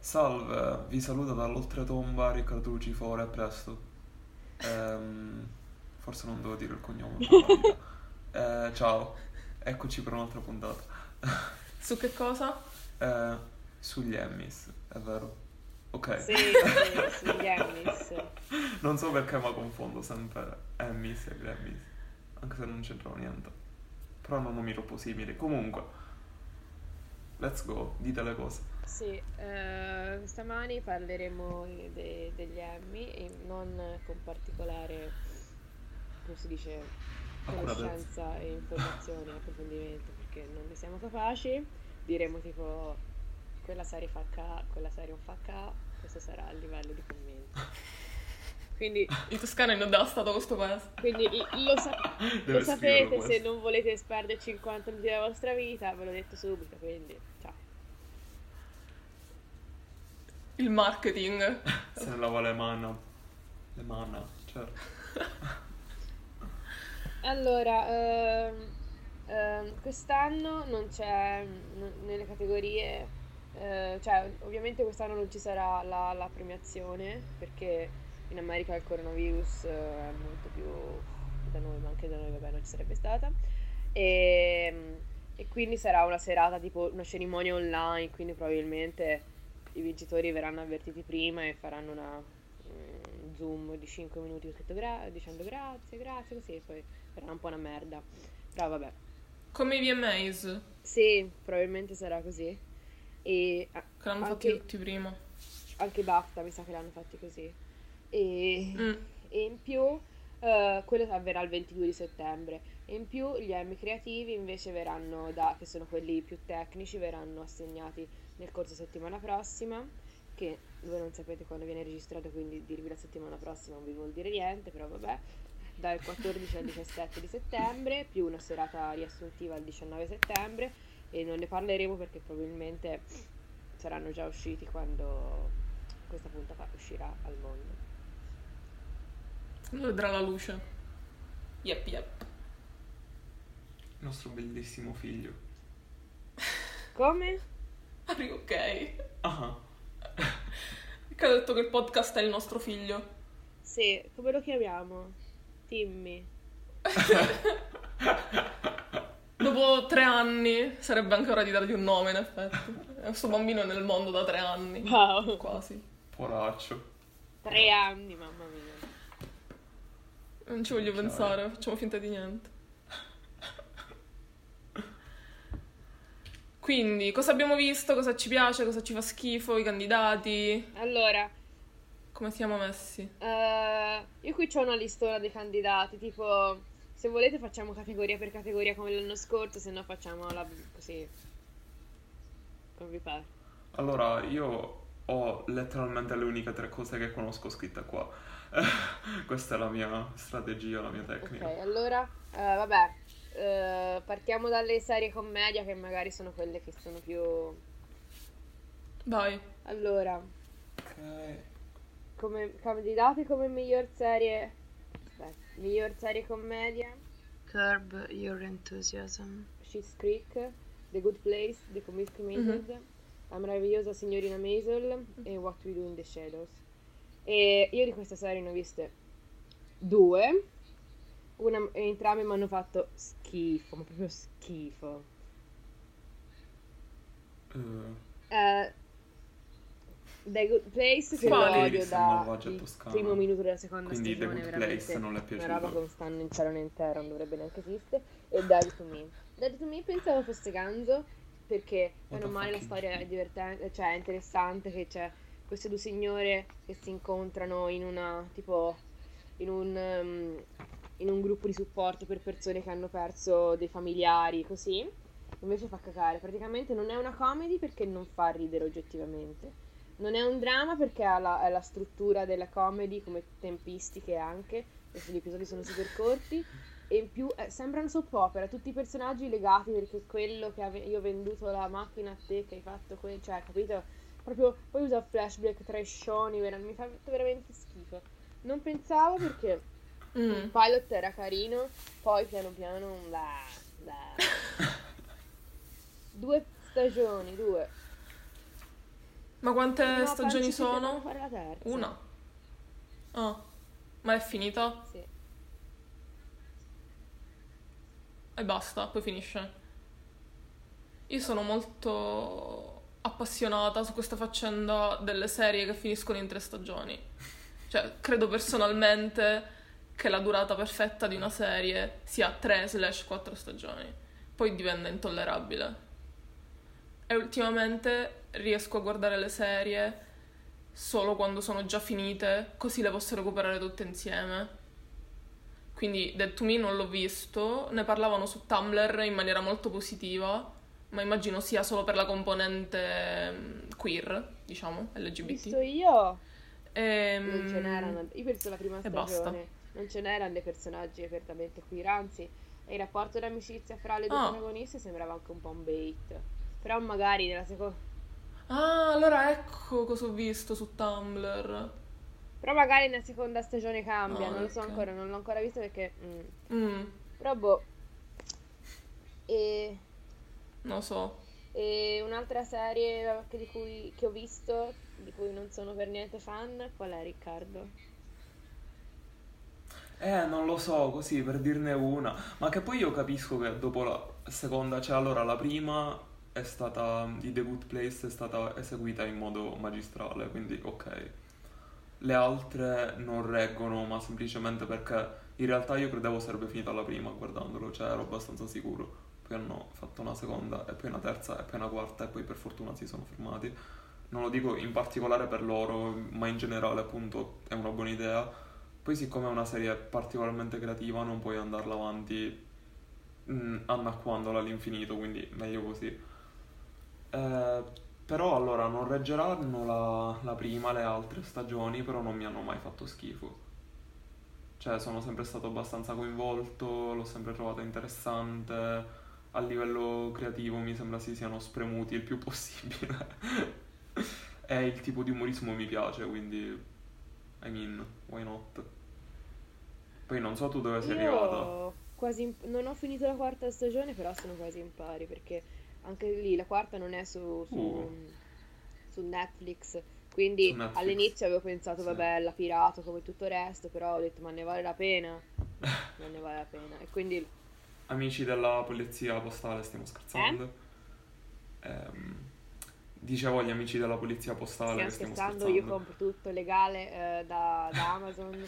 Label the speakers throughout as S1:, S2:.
S1: Salve, vi saluta dall'oltretomba Riccardo Lucifore, a presto. Forse non devo dire il cognome per la vita. Ciao, eccoci per un'altra puntata.
S2: Su che cosa?
S1: Eh, Sugli Emmys, è vero? Ok.
S3: Sì, sugli Emmys.
S1: Non so perché ma confondo sempre Emmys e Grammys, anche se non c'entrano niente. Però hanno nomi troppo simili. Comunque, let's go, dite le cose.
S3: Sì, stamani parleremo degli Emmy e non con particolare, come si dice,
S1: Accuratezza.
S3: conoscenza e informazioni e approfondimento, perché non ne siamo capaci. Diremo tipo, quella serie fa K, quella serie non fa K, questo sarà il livello di commento. Quindi
S2: I toscani hanno devastato questo paese.
S3: lo
S1: Deve scriverlo
S3: sapete,
S1: questo.
S3: se non volete sperdere 50 minuti della vostra vita, ve l'ho detto subito, quindi ciao.
S2: Il marketing.
S1: Se ne lava le mani. Le mani, certo.
S3: Allora, quest'anno non c'è nelle categorie, cioè ovviamente quest'anno non ci sarà la premiazione perché in America il coronavirus è molto più da noi, ma anche da noi vabbè non ci sarebbe stata e quindi sarà una serata tipo una cerimonia online, quindi probabilmente i vincitori verranno avvertiti prima e faranno una Zoom di 5 minuti dicendo grazie, così e poi sarà un po' una merda. Però vabbè.
S2: Come i VMAs,
S3: Sì, probabilmente sarà così. E
S2: che l'hanno fatti tutti prima.
S3: anche BAFTA mi sa che l'hanno fatti così. E,
S2: Mm.
S3: e in più, quello avverrà il 22 di settembre. E in più gli Emmy creativi invece verranno, che sono quelli più tecnici, verranno assegnati nel corso settimana prossima. Che voi non sapete quando viene registrato, quindi dirvi la settimana prossima non vi vuol dire niente, però vabbè. Dal 14 al 17 di settembre, più una serata riassuntiva il 19 settembre, e non ne parleremo perché probabilmente saranno già usciti quando questa puntata uscirà al mondo.
S2: Non vedrà la luce. Yep.
S1: Il nostro bellissimo figlio.
S3: Come?
S2: Ok.
S1: Ah,
S2: Che ha detto che il podcast è il nostro figlio.
S3: Sì, come lo chiamiamo? Timmy.
S2: Dopo 3 anni sarebbe anche ora di dargli un nome, in effetti. Questo bambino è nel mondo da 3 anni.
S3: Wow.
S2: Quasi.
S1: poraccio.
S3: 3 anni, mamma mia.
S2: Non ci voglio
S1: Chiaro.
S2: pensare, facciamo finta di niente. Quindi, cosa abbiamo visto? Cosa ci piace? Cosa ci fa schifo? I candidati?
S3: Allora,
S2: Come siamo messi?
S3: io qui ho una listona dei candidati, tipo, se volete facciamo categoria per categoria come l'anno scorso, se no facciamo così, come vi pare.
S1: Allora, io ho letteralmente le uniche 3 cose che conosco scritte qua. Questa è la mia strategia, la mia tecnica.
S3: Ok, allora, vabbè, partiamo dalle serie commedia che magari sono quelle che sono più...
S2: Vai.
S3: Allora,
S1: Ok.
S3: come candidati come miglior serie... Aspetta, miglior serie commedia,
S4: Curb Your Enthusiasm.
S3: Schitt's Creek, The Good Place, The Committed Method, La meravigliosa signorina Maisel e What We Do in the Shadows. E io di queste serie ne ho viste 2, e entrambe mi hanno fatto schifo, ma proprio schifo. The Good Place che lo
S2: Quali?
S3: odio
S1: Vista
S3: da
S1: Malvagia
S3: il
S1: Toscana.
S3: primo minuto della seconda
S1: Quindi The
S3: stagione,
S1: Good
S3: veramente
S1: Place non le è
S3: una
S1: piaciuto.
S3: roba che non sta né in cielo né in terra, non dovrebbe neanche esistere. E Dead to Me. Dead to Me pensavo fosse Ganzo perché
S1: What
S3: meno
S1: the
S3: male la
S1: fucking
S3: storia è divertente, cioè è interessante, che c'è queste due signore che si incontrano in una tipo in un gruppo di supporto per persone che hanno perso dei familiari, così. Invece fa cacare, praticamente non è una comedy perché non fa ridere oggettivamente, non è un dramma perché ha la struttura della comedy come tempistiche anche, perché gli episodi sono super corti, e in più sembra una soap opera, tutti i personaggi legati perché quello che io ho venduto la macchina a te che hai fatto cioè capito? Proprio poi usa flashback trashoni, mi fa veramente schifo. Non pensavo perché il pilot era carino, poi piano piano 2 stagioni, 2.
S2: Ma quante
S3: No,
S2: stagioni
S3: penso che devono
S2: sono?
S3: fare la terza.
S2: Una. Ah, ma è finita?
S3: Sì.
S2: E basta, poi finisce. Io sono molto appassionata su questa faccenda delle serie che finiscono in 3 stagioni. Cioè, credo personalmente che la durata perfetta di una serie sia 3/4 stagioni. Poi diventa intollerabile. E ultimamente riesco a guardare le serie solo quando sono già finite, così le posso recuperare tutte insieme. Quindi Dead to Me non l'ho visto, ne parlavano su Tumblr in maniera molto positiva, ma immagino sia solo per la componente queer, diciamo,
S3: Visto
S2: LGBT.
S3: io,
S2: E,
S3: non ce n'erano. Io penso la prima
S2: e basta.
S3: stagione non ce n'erano dei personaggi apertamente queer, anzi, il rapporto d'amicizia fra le due
S2: Ah.
S3: protagoniste sembrava anche un po' un bait. Però magari nella seconda.
S2: Ah, allora ecco cosa ho visto su Tumblr.
S3: Però magari nella seconda stagione cambia,
S2: Ah,
S3: non lo so
S2: ok.
S3: ancora, non l'ho ancora visto perché.
S2: Mm,
S3: Però boh. E.
S2: non lo so.
S3: E un'altra serie che ho visto, di cui non sono per niente fan, qual è, Riccardo?
S1: Non lo so, così per dirne una. Ma che poi io capisco che dopo la seconda, cioè allora la prima è stata, di The Good Place è stata eseguita in modo magistrale, quindi ok. Le altre non reggono, ma semplicemente perché in realtà io credevo sarebbe finita la prima guardandolo, cioè ero abbastanza sicuro. Poi hanno fatto una seconda, e poi una terza, e poi una quarta, e poi per fortuna si sono fermati. Non lo dico in particolare per loro, ma in generale appunto è una buona idea. Poi siccome è una serie particolarmente creativa non puoi andarla avanti annacquandola all'infinito, quindi meglio così. Però allora non reggeranno la prima, le altre stagioni, però non mi hanno mai fatto schifo. Cioè sono sempre stato abbastanza coinvolto, l'ho sempre trovata interessante. A livello creativo mi sembra si siano spremuti il più possibile. E il tipo di umorismo mi piace, quindi I mean, why not? Poi non so tu dove sei arrivata.
S3: Io non ho finito la quarta stagione, però sono quasi in pari, perché anche lì la quarta non è su Netflix. Quindi
S1: Su Netflix.
S3: all'inizio avevo pensato,
S1: Sì.
S3: vabbè, la pirato come tutto il resto, però ho detto, ma ne vale la pena? Non ne vale la pena. E quindi,
S1: Amici della polizia postale, stiamo scherzando. Dicevo agli amici della polizia postale che
S3: stiamo
S1: stiamo
S3: scherzando, io
S1: scherzando.
S3: compro tutto legale da Amazon.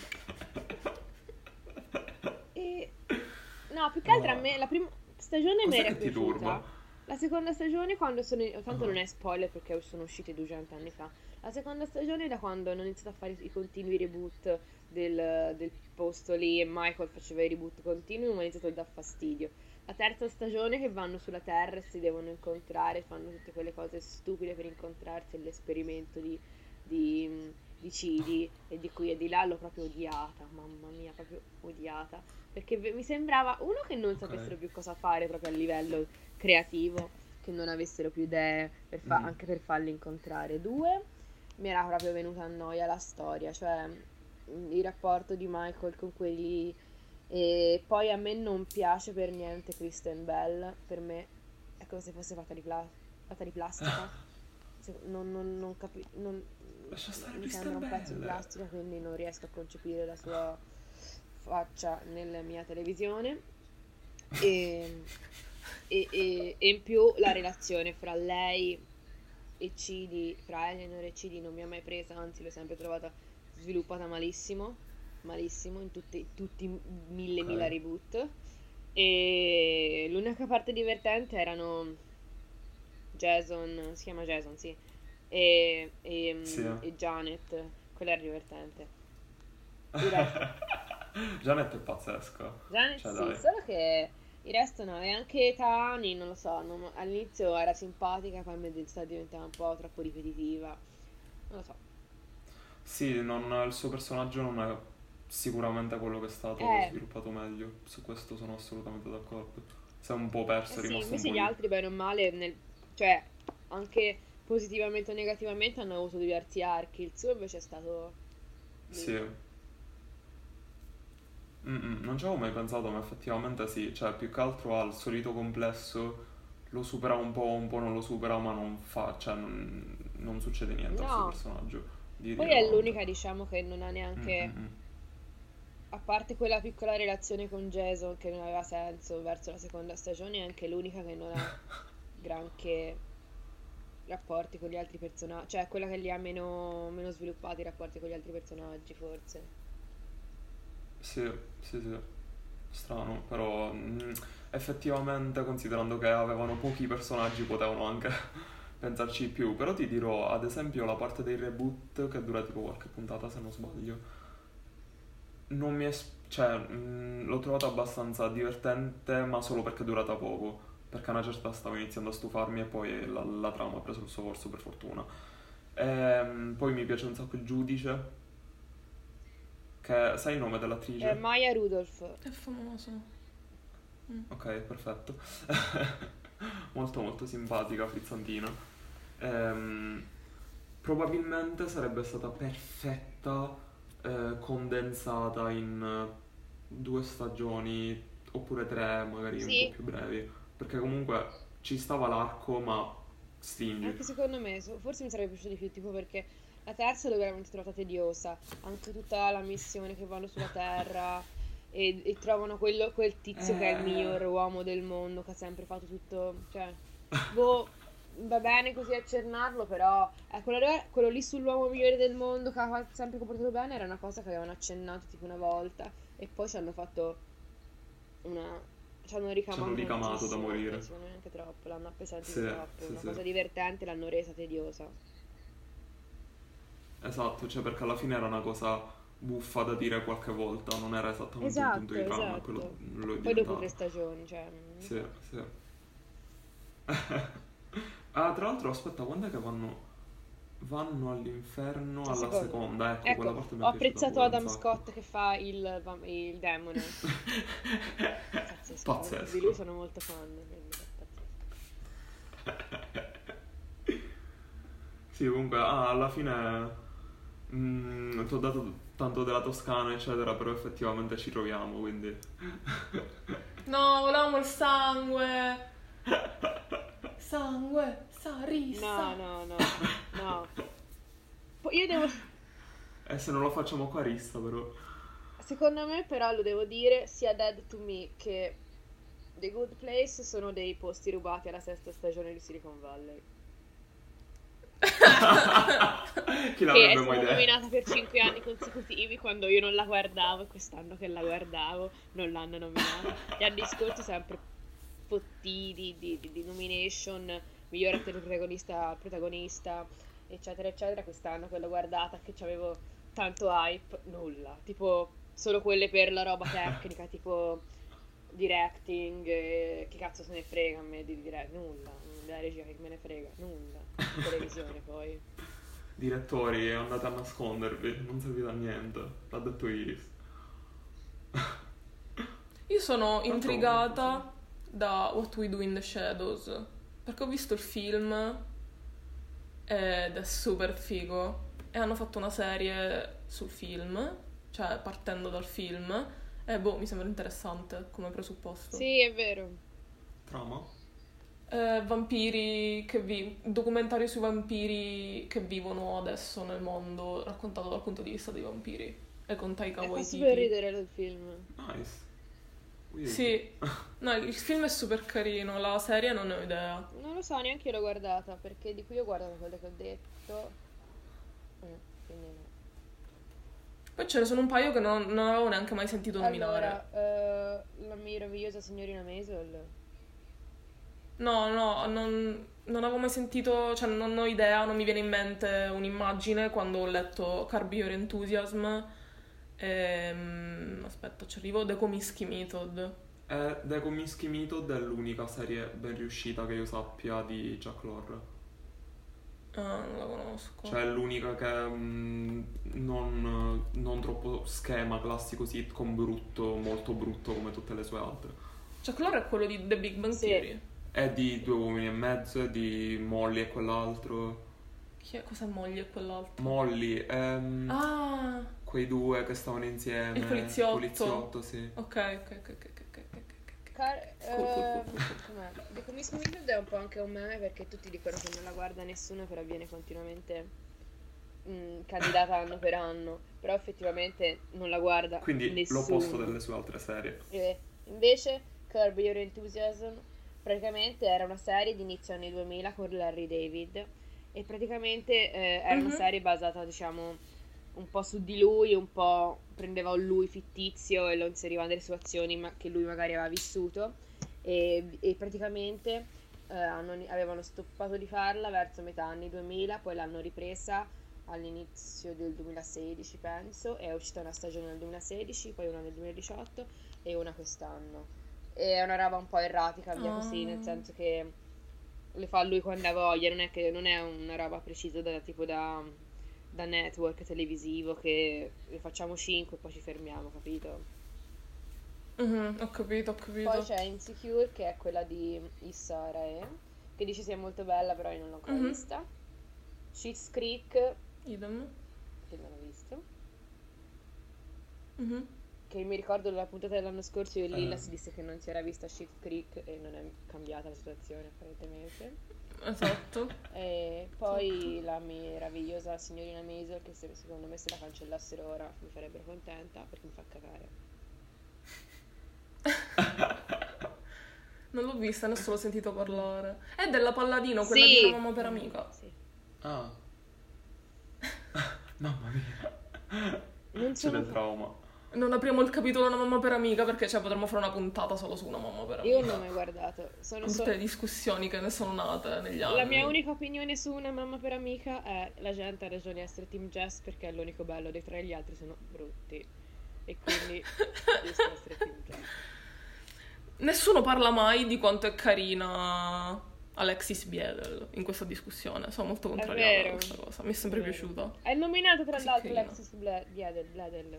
S3: E no, più che altro a me la prima stagione mi
S1: Cos'è
S3: era
S1: che ti
S3: piaciuta.
S1: turba?
S3: La seconda stagione quando tanto
S1: Ah.
S3: non è spoiler perché sono uscite 200 anni fa. La seconda stagione è da quando hanno iniziato a fare i continui reboot del posto lì e Michael faceva i reboot continui, mi ha iniziato a dar fastidio. La terza stagione che vanno sulla Terra e si devono incontrare, fanno tutte quelle cose stupide per incontrarsi, e l'esperimento di Cidi e di qui e di là l'ho proprio odiata, mamma mia, proprio odiata. Perché mi sembrava, uno, che non sapessero più cosa fare proprio a livello creativo, che non avessero più idee anche per farli incontrare. Due, mi era proprio venuta a noia la storia, cioè il rapporto di Michael con quelli. E poi a me non piace per niente Kristen Bell, per me è come se fosse fatta di plastica. Non capisco,
S1: Lascia stare
S3: mi
S1: Kristen
S3: sembra un pezzo di
S1: Bell.
S3: plastica, quindi non riesco a concepire la sua faccia nella mia televisione. E in più la relazione fra lei e Cidi, fra Eleanor e Cidi, non mi ha mai presa, anzi l'ho sempre trovata sviluppata malissimo in tutti i mille reboot. E l'unica parte divertente erano Jason, si chiama Jason, sì,
S1: Sì.
S3: e Janet, quella era divertente.
S1: Janet è pazzesca.
S3: Janet
S1: Cioè,
S3: sì,
S1: dai.
S3: solo che il resto no, e anche Tani, non lo so, all'inizio era simpatica, poi mi sta diventando un po' troppo ripetitiva, non lo so.
S1: Sì, il suo personaggio non è sicuramente quello che è stato sviluppato meglio. Su questo sono assolutamente d'accordo. Si è un po' perso, è
S3: Sì,
S1: rimasto un
S3: invece
S1: po'
S3: gli
S1: lì.
S3: altri, bene o male, cioè, anche positivamente o negativamente hanno avuto diversi archi, il suo invece è stato
S1: Sì. Non ci avevo mai pensato, ma effettivamente sì. Cioè, più che altro ha il solito complesso lo supera un po' non lo supera, ma non fa, cioè non succede niente al suo
S3: No.
S1: personaggio di
S3: Poi è
S1: rilevante.
S3: l'unica, diciamo, che non ha
S1: Mm,
S3: neanche,
S1: mm, mm.
S3: a parte quella piccola relazione con Jason che non aveva senso verso la seconda stagione, è anche l'unica che non ha granché rapporti con gli altri personaggi, cioè quella che li ha meno sviluppati i rapporti con gli altri personaggi, forse.
S1: Sì, sì, sì, strano, però effettivamente considerando che avevano pochi personaggi potevano anche pensarci di più, però ti dirò, ad esempio la parte dei reboot che dura tipo qualche puntata se non sbaglio, non mi è... cioè l'ho trovata abbastanza divertente ma solo perché è durata poco, perché a una certa stavo iniziando a stufarmi e poi la trama ha preso il suo corso per fortuna. Poi mi piace un sacco il giudice, che sai il nome dell'attrice?
S3: Maya Rudolph.
S2: È famoso.
S1: Ok, perfetto. Molto molto simpatica, frizzantina. Probabilmente sarebbe stata perfetta condensata in 2 stagioni oppure 3, magari un
S3: Sì,
S1: po' più brevi. Perché comunque ci stava l'arco, ma stringi.
S3: anche secondo me, forse mi sarebbe piaciuto di più, tipo perché la terza l'ho veramente trovata tediosa, anche tutta la missione che vanno sulla Terra e trovano quel tizio che è il miglior uomo del mondo, che ha sempre fatto tutto, cioè, boh, va bene così accennarlo, però quello lì sull'uomo migliore del mondo che ha sempre comportato bene era una cosa che avevano accennato tipo una volta e poi ci hanno fatto una... ci hanno
S1: Ci hanno
S3: ricamato
S1: ricamato da
S3: tantissimo,
S1: morire.
S3: anche secondo me neanche troppo, l'hanno appesantito
S1: Sì,
S3: troppo,
S1: sì,
S3: una
S1: sì.
S3: cosa divertente l'hanno resa tediosa.
S1: Esatto, cioè perché alla fine era una cosa buffa da dire qualche volta, non era esattamente un punto di trama, quello
S3: Esatto.
S1: lo è
S3: Poi dopo 3
S1: diventato.
S3: stagioni, cioè...
S1: Sì, sì. Ah, tra l'altro, aspetta, quando è che vanno all'inferno
S3: La
S1: alla
S3: seconda.
S1: seconda? Ecco, quella
S3: Ecco,
S1: parte mi
S3: ho
S1: è piaciuta
S3: apprezzato
S1: pure un
S3: Adam
S1: sacco.
S3: Scott che fa il demone. Pazzesco, di lui
S1: Pazzesco.
S3: sono molto fan, quindi è pazzesco.
S1: Sì, comunque, alla fine ti ho dato tanto della Toscana, eccetera, però effettivamente ci troviamo, quindi...
S2: No, volevamo il sangue. Sangue, sarissa.
S3: No. Poi io devo...
S1: E se non lo facciamo qua rissa, però...
S3: Secondo me però lo devo dire, sia Dead to Me che The Good Place sono dei posti rubati alla sesta stagione di Silicon Valley.
S1: Chi
S3: Che è
S1: l'avrebbe mai
S3: stata
S1: detto?
S3: nominata per 5 anni consecutivi quando io non la guardavo e quest'anno che la guardavo non l'hanno nominata. Gli anni scorsi sempre fottiti di nomination, miglior attore protagonista, eccetera, eccetera. Quest'anno che l'ho guardata, che c'avevo tanto hype, nulla. Tipo, solo quelle per la roba tecnica, tipo directing, che cazzo se ne frega a me di direct, nulla. Della regia che me ne frega, nulla. In televisione poi.
S1: Direttori, andate a nascondervi, non servite a niente. L'ha detto Iris.
S2: Io sono
S1: Tanto-
S2: intrigata da What We Do in the Shadows perché ho visto il film ed è super figo e hanno fatto una serie sul film, cioè partendo dal film e boh, mi sembra interessante come presupposto.
S3: Sì, è vero.
S1: Trama?
S2: Vampiri documentario sui vampiri che vivono adesso nel mondo raccontato dal punto di vista dei vampiri e con Taika
S3: Fa
S2: Waititi.
S3: super ridere il film.
S1: Nice. Weird.
S2: Sì, no, il film è super carino, la serie non ne ho idea.
S3: Non lo so, neanche io l'ho guardata, perché di cui ho guardato quelle che ho detto. Quindi no.
S2: Poi ce ne sono un paio che non avevo neanche mai sentito nominare.
S3: Allora, la meravigliosa signorina Maisel.
S2: No, non avevo mai sentito, cioè non ho idea, non mi viene in mente un'immagine quando ho letto Curb Your Enthusiasm. Aspetta, ci arrivo. The Comiskey Method.
S1: The Comiskey Method è l'unica serie ben riuscita che io sappia di Jack Lorre.
S2: Ah, non la conosco.
S1: Cioè è l'unica che non troppo schema, classico sitcom brutto, molto brutto come tutte le sue altre.
S2: Jack Lorre è quello di The Big Bang
S3: Sì.
S2: Theory.
S1: È di Due uomini e mezzo, è di Molly e quell'altro.
S2: Chi è? Cos'è moglie e quell'altro?
S1: Molly,
S2: Ah,
S1: quei due che stavano insieme.
S2: il poliziotto.
S1: Poliziotto, sì.
S2: Ok.
S3: Com'è? The Commission Method è un po' anche un meme perché tutti dicono che non la guarda nessuno, però viene continuamente candidata anno per anno, però effettivamente non la guarda
S1: Quindi
S3: nessuno.
S1: l'opposto delle sue altre serie.
S3: E invece Curb Your Enthusiasm praticamente era una serie di inizio anni 2000 con Larry David e praticamente era una serie basata, diciamo, un po' su di lui, un po' prendeva un lui fittizio e lo inseriva nelle situazioni che lui magari aveva vissuto e praticamente avevano stoppato di farla verso metà anni 2000, poi l'hanno ripresa all'inizio del 2016 penso, è uscita una stagione nel 2016, poi una nel 2018 e una quest'anno. E è una roba un po' erratica, via così, nel senso che le fa lui quando ha voglia, non è una roba precisa da network televisivo che ne facciamo 5 e poi ci fermiamo, capito?
S2: Ho capito.
S3: Poi c'è Insecure, che è quella di Issa Rae, che dice sia molto bella, però io non l'ho ancora vista. Schitt's Creek,
S2: Idem.
S3: che non ho visto. Che mi ricordo la puntata dell'anno scorso io e Lilla si disse che non si era vista Schitt's Creek e non è cambiata la situazione apparentemente.
S2: Esatto.
S3: E poi la meravigliosa signorina Maisel, che secondo me se la cancellassero ora mi farebbero contenta perché mi fa cagare.
S2: Non l'ho vista, nessuno l'ho sentito parlare. È della Palladino, quella
S3: Sì.
S2: di Una mamma per amica.
S3: Sì.
S1: Ah. Mamma mia.
S3: Non
S1: C'è
S3: sono
S1: del trauma.
S2: Non apriamo il capitolo Una mamma per amica perché potremmo fare una puntata solo su Una mamma per amica.
S3: Io non l'ho mai guardato.
S2: Con tutte le discussioni che ne sono nate negli anni.
S3: La mia unica opinione su Una mamma per amica è la gente ha ragione di essere team Jess perché è l'unico bello dei tre, gli altri sono brutti. E quindi giusto essere team Jess.
S2: Nessuno parla mai di quanto è carina Alexis Bledel in questa discussione. Sono molto contrariata a
S3: vero.
S2: questa cosa. Mi è sempre piaciuta.
S3: È nominato tra
S2: Sì,
S3: l'altro
S2: carina.
S3: Alexis Bledel.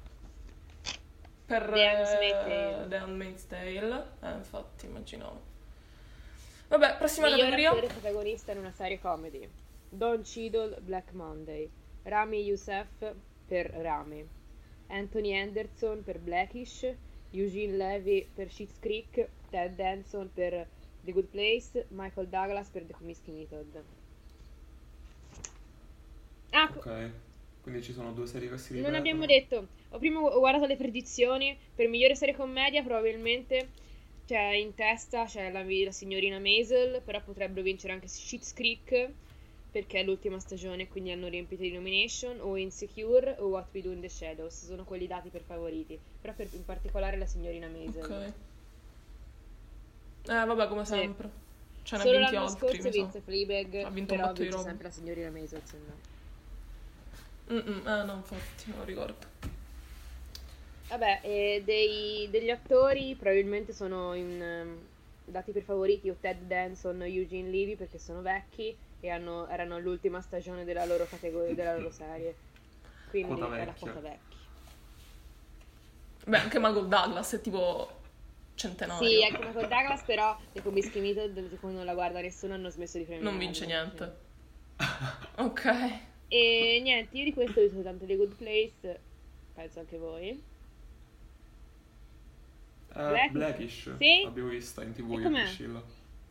S2: Per
S3: The Handmaid's Tale.
S2: The Handmaid's Tale. Infatti, immaginavo. Vabbè, prossima
S3: Miglior
S2: categoria.
S3: attore protagonista in una serie comedy. Don Cheadle, Black Monday. Rami Youssef per Rami. Anthony Anderson per Blackish. Eugene Levy per Schitt's Creek. Ted Danson per The Good Place. Michael Douglas per The Comiskey Method.
S1: Ok. Quindi ci sono due serie che si ripetono.
S3: Non abbiamo detto. Ho prima guardato le predizioni. Per migliore serie commedia probabilmente in testa c'è la signorina Maisel, però potrebbero vincere anche Schitt's Creek perché è l'ultima stagione, quindi hanno riempito di nomination, o Insecure o What We Do in the Shadows. Sono quelli dati per favoriti, però in particolare la signorina Maisel.
S2: Ok. Vabbè, come sempre. Ce ne ha
S3: Solo
S2: vinti
S3: l'anno
S2: altri,
S3: scorso
S2: mi sa.
S3: vinse Fleabag,
S2: Ha vinto un
S3: però
S2: botto di
S3: vince
S2: roba.
S3: sempre la signorina Maisel, se no.
S2: No, infatti, non lo ricordo.
S3: Vabbè, degli attori probabilmente sono dati per favoriti o Ted Danson o Eugene Levy perché sono vecchi e erano all'ultima stagione della loro categoria, della loro serie. Quindi
S1: Quota
S3: è la
S1: vecchia.
S3: quota vecchi.
S2: Beh, anche Michael Douglas è tipo centenario.
S3: Sì, anche Michael Douglas, però The Comiskey Method, siccome non la guarda nessuno, hanno smesso di premiare.
S2: Non vince niente. Ok.
S3: E niente, io di questo ho visto tanto The Good Place, penso anche voi.
S1: Blackish.
S3: Sì?
S1: L'abbiamo vista in TV
S3: E
S1: io e
S3: com'è?
S1: Priscilla.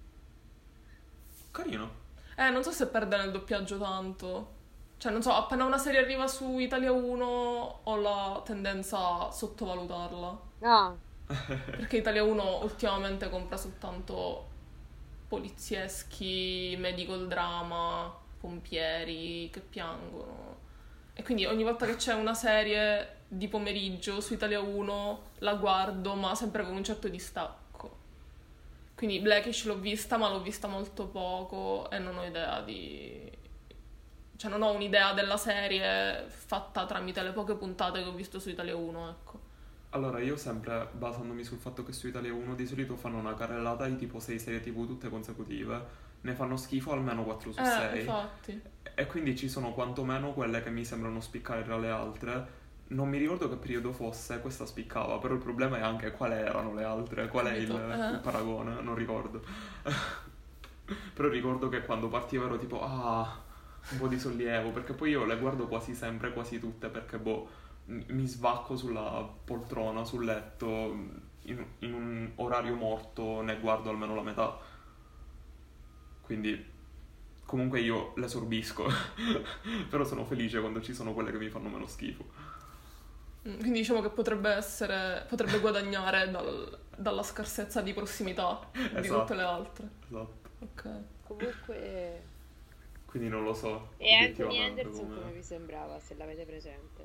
S1: Carino.
S2: Non so se perde nel doppiaggio tanto. Cioè, non so, appena una serie arriva su Italia 1 ho la tendenza a sottovalutarla.
S3: No,
S2: Perché Italia 1 ultimamente compra soltanto polizieschi, medical drama, pompieri che piangono. E quindi ogni volta che c'è una serie di pomeriggio su Italia 1 la guardo, ma sempre con un certo distacco. Quindi Blackish l'ho vista, ma l'ho vista molto poco e non ho idea di... Cioè non ho un'idea della serie fatta tramite le poche puntate che ho visto su Italia 1, ecco.
S1: Allora, io sempre basandomi sul fatto che su Italia 1 di solito fanno una carrellata di tipo 6 serie TV tutte consecutive, ne fanno schifo almeno 4 su 6.
S2: Infatti.
S1: E quindi ci sono quantomeno quelle che mi sembrano spiccare tra le altre. Non mi ricordo che periodo fosse, questa spiccava, però il problema è anche quali erano le altre, qual è il paragone, non ricordo. Però ricordo che quando partivo ero tipo, un po' di sollievo, perché poi io le guardo quasi sempre, quasi tutte, perché mi svacco sulla poltrona, sul letto, in un orario morto ne guardo almeno la metà. Quindi comunque io le sorbisco, però sono felice quando ci sono quelle che mi fanno meno schifo.
S2: Quindi diciamo che potrebbe guadagnare dalla scarsezza di prossimità di
S1: Esatto.
S2: tutte le altre.
S1: Esatto.
S2: Ok.
S3: Comunque...
S1: Quindi non lo so.
S3: E Anthony
S1: obiettivamente
S3: Anderson
S1: come-
S3: come vi sembrava, se l'avete presente?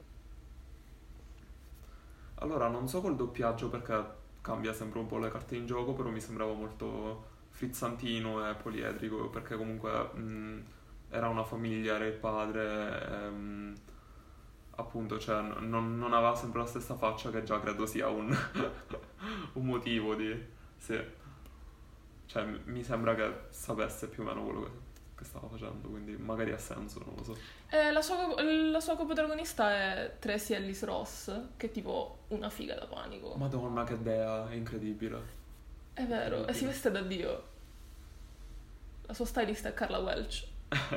S1: Allora, non so col doppiaggio perché cambia sempre un po' le carte in gioco, però mi sembrava molto frizzantino e poliedrico, perché comunque era una famiglia, era il padre, appunto, cioè non aveva sempre la stessa faccia, che già credo sia un, un motivo di... Sì. Cioè, mi sembra che sapesse più o meno quello che stava facendo, quindi magari ha senso, non lo so.
S2: La sua coprotagonista è Tracy Ellis Ross, che è tipo una figa da panico.
S1: Madonna, che dea, è incredibile.
S2: È vero, e si veste da Dio. La sua stylist è Carla Welch.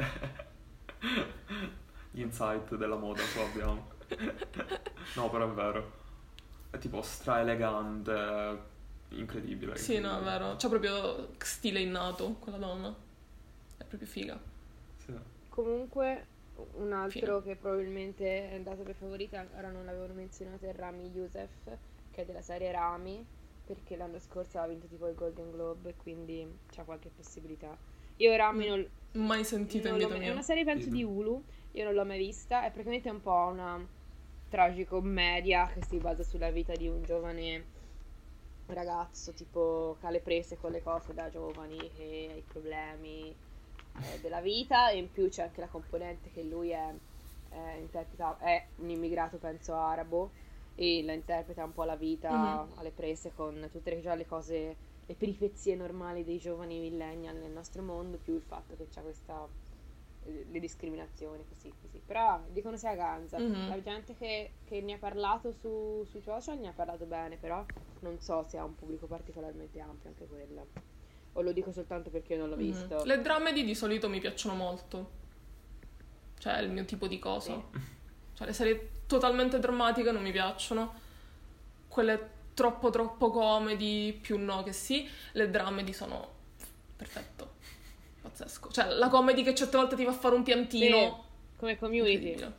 S1: Gli insight della moda ce l'abbiamo. No, però è vero. È tipo stra elegante, incredibile.
S2: Sì, no, è vero. C'ha proprio stile innato, quella donna. È proprio figa.
S1: Sì.
S3: Comunque, un altro
S2: Fine.
S3: che probabilmente è andato per favorita, ora non l'avevo menzionato, è Rami Youssef, che è della serie Rami, perché l'anno scorso aveva vinto tipo il Golden Globe, quindi c'ha qualche possibilità. Io Rami non,
S2: Mai sentito in
S3: non l'ho
S2: vita
S3: mai- È
S2: mia.
S3: una serie penso di Hulu, io non l'ho mai vista, è praticamente un po' una tragicommedia che si basa sulla vita di un giovane ragazzo tipo che ha le prese con le cose da giovani, che ha i problemi della vita, e in più c'è anche la componente che lui è un immigrato penso arabo e la interpreta un po' la vita alle prese con tutte le cose, le peripezie normali dei giovani millennial nel nostro mondo, più il fatto che c'è questa le discriminazioni così. Però dicono sia ganza. La gente che ne ha parlato sui social ne ha parlato bene, però non so se ha un pubblico particolarmente ampio anche quella, o lo dico soltanto perché io non l'ho visto.
S2: Le dramedy di solito mi piacciono molto. Cioè, è il mio tipo di cosa.
S3: Sì.
S2: Cioè, le serie totalmente drammatiche non mi piacciono. Quelle troppo comedy, più no che sì. Le dramedy sono perfetto. Pazzesco. Cioè, la comedy che certe volte ti fa fare un piantino.
S3: Come Community
S2: Incredibile.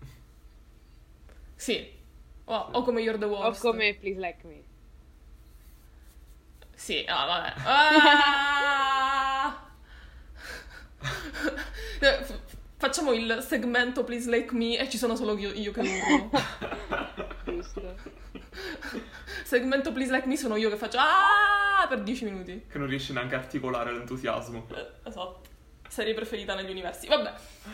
S2: Sì. O come You're the
S3: o
S2: Worst.
S3: come Please Like Me.
S2: Sì, vabbè. Ah! Facciamo il segmento Please Like Me e ci sono solo io che urlo.
S3: Giusto.
S2: Segmento Please Like Me sono io che faccio per 10 minuti.
S1: Che non riesci neanche a articolare l'entusiasmo.
S2: Esatto. Serie preferita negli universi. Vabbè.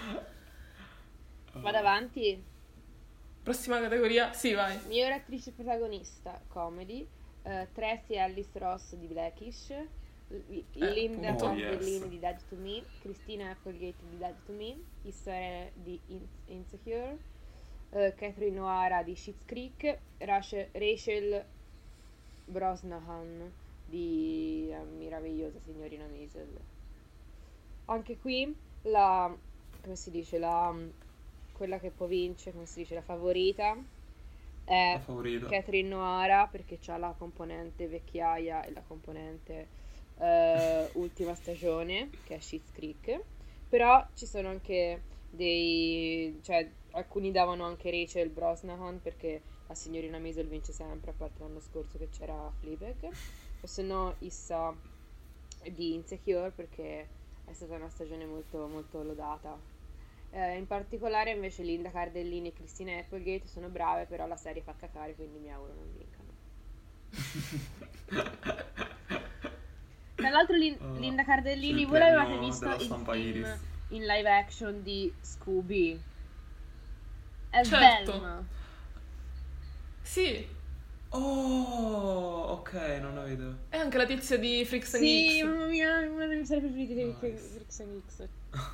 S3: Vado avanti.
S2: Prossima categoria. Sì, vai.
S3: Miglior attrice protagonista comedy, Tracy Ellis Ross di Blackish, Linda
S2: appunto.
S3: Cardellini
S1: Yes.
S3: di Dead to Me, Christina Applegate di Dead to Me, Issa di Insecure, Catherine O'Hara di Schitt's Creek, Rachel Brosnahan di La meravigliosa signorina Maisel. Anche qui come si dice, quella che può vincere, come si dice, la favorita è
S1: La favorita.
S3: Catherine O'Hara, perché c'ha la componente vecchiaia e la componente ultima stagione, che è Schitt's Creek. Però ci sono anche cioè alcuni davano anche Rachel Brosnahan, perché la signorina Maisel vince sempre, a parte l'anno scorso che c'era Fleabag, o se no Issa di Insecure, perché è stata una stagione molto molto lodata. In particolare invece Linda Cardellini e Christina Applegate sono brave, però la serie fa cacare, quindi mi auguro non vincano. Tra l'altro Linda Cardellini,
S1: il
S3: voi l'avevate
S1: premio
S3: visto
S1: della
S3: il
S1: stampa
S3: film
S1: Iris.
S3: in live action di Scooby? È
S2: Certo.
S3: Velma.
S2: Sì.
S1: Oh, ok, non avevo idea.
S2: E anche la tizia di Freaks and
S3: Sì,
S2: Geeks.
S3: mamma mia, una delle mie serie preferite che
S1: Nice.
S3: Freaks and Geeks.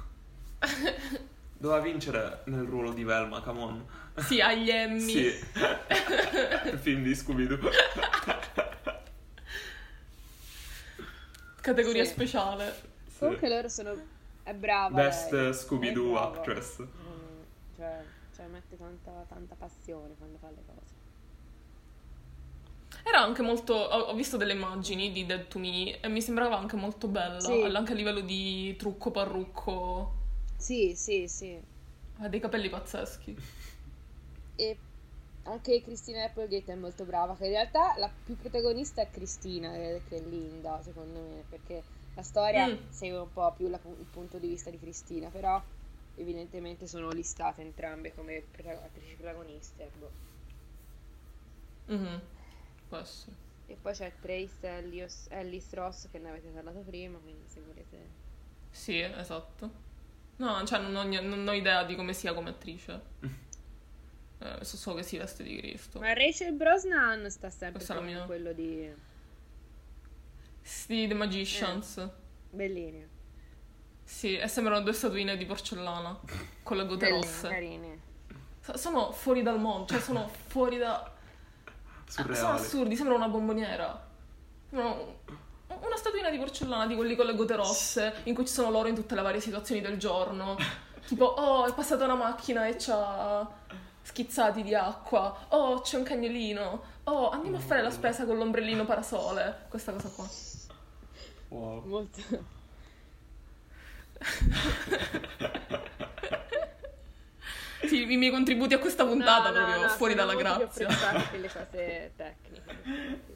S1: Doveva vincere nel ruolo di Velma, come on.
S2: Sì, agli Emmy.
S1: Sì. Il film di Scooby-Doo.
S2: Categoria
S3: Sì.
S2: speciale.
S1: Sì.
S3: Comunque loro è brava
S1: Best
S3: lei.
S1: Scooby-Doo
S3: È brava.
S1: actress.
S3: Cioè mette tanta passione quando fa le cose.
S2: Era anche molto... Ho visto delle immagini di Dead to Me e mi sembrava anche molto bella,
S3: Sì.
S2: anche a livello di trucco, parrucco.
S3: Sì, sì, sì.
S2: Ha dei capelli pazzeschi.
S3: E anche Christina Applegate è molto brava, che in realtà la più protagonista è Cristina che è Linda, secondo me, perché la storia segue un po' più il punto di vista di Cristina, però evidentemente sono listate entrambe come attrici protagoniste. Boh.
S2: Mhm. Può essere.
S3: E poi c'è Trace Ellis Ross che ne avete parlato prima, quindi se volete...
S2: Sì, esatto. No, cioè non ho idea di come sia come attrice. So che si veste di Cristo.
S3: Ma Rachel Brosnan sta sempre
S2: Questa è la
S3: con
S2: mia.
S3: quello di...
S2: Sì, The Magicians.
S3: Bellini.
S2: Sì, e sembrano due statuine di porcellana con le gote
S3: Bellini,
S2: rosse.
S3: carini.
S2: Sono fuori dal mondo, cioè sono fuori da... Sono
S1: Surreali.
S2: assurdi, sembra una bomboniera. Sembrano una statuina di porcellana di quelli con le gote rosse, in cui ci sono loro in tutte le varie situazioni del giorno. Tipo, oh, è passata una macchina e c'ha schizzati di acqua. Oh, c'è un cagnolino. Oh, andiamo a fare la spesa con l'ombrellino parasole. Questa cosa qua.
S1: Wow.
S3: Molto...
S2: Sì, i miei contributi a questa puntata
S3: No,
S2: proprio fuori
S3: sono
S2: dalla
S3: molto più
S2: grazia.
S3: apprezzate che le cose tecniche.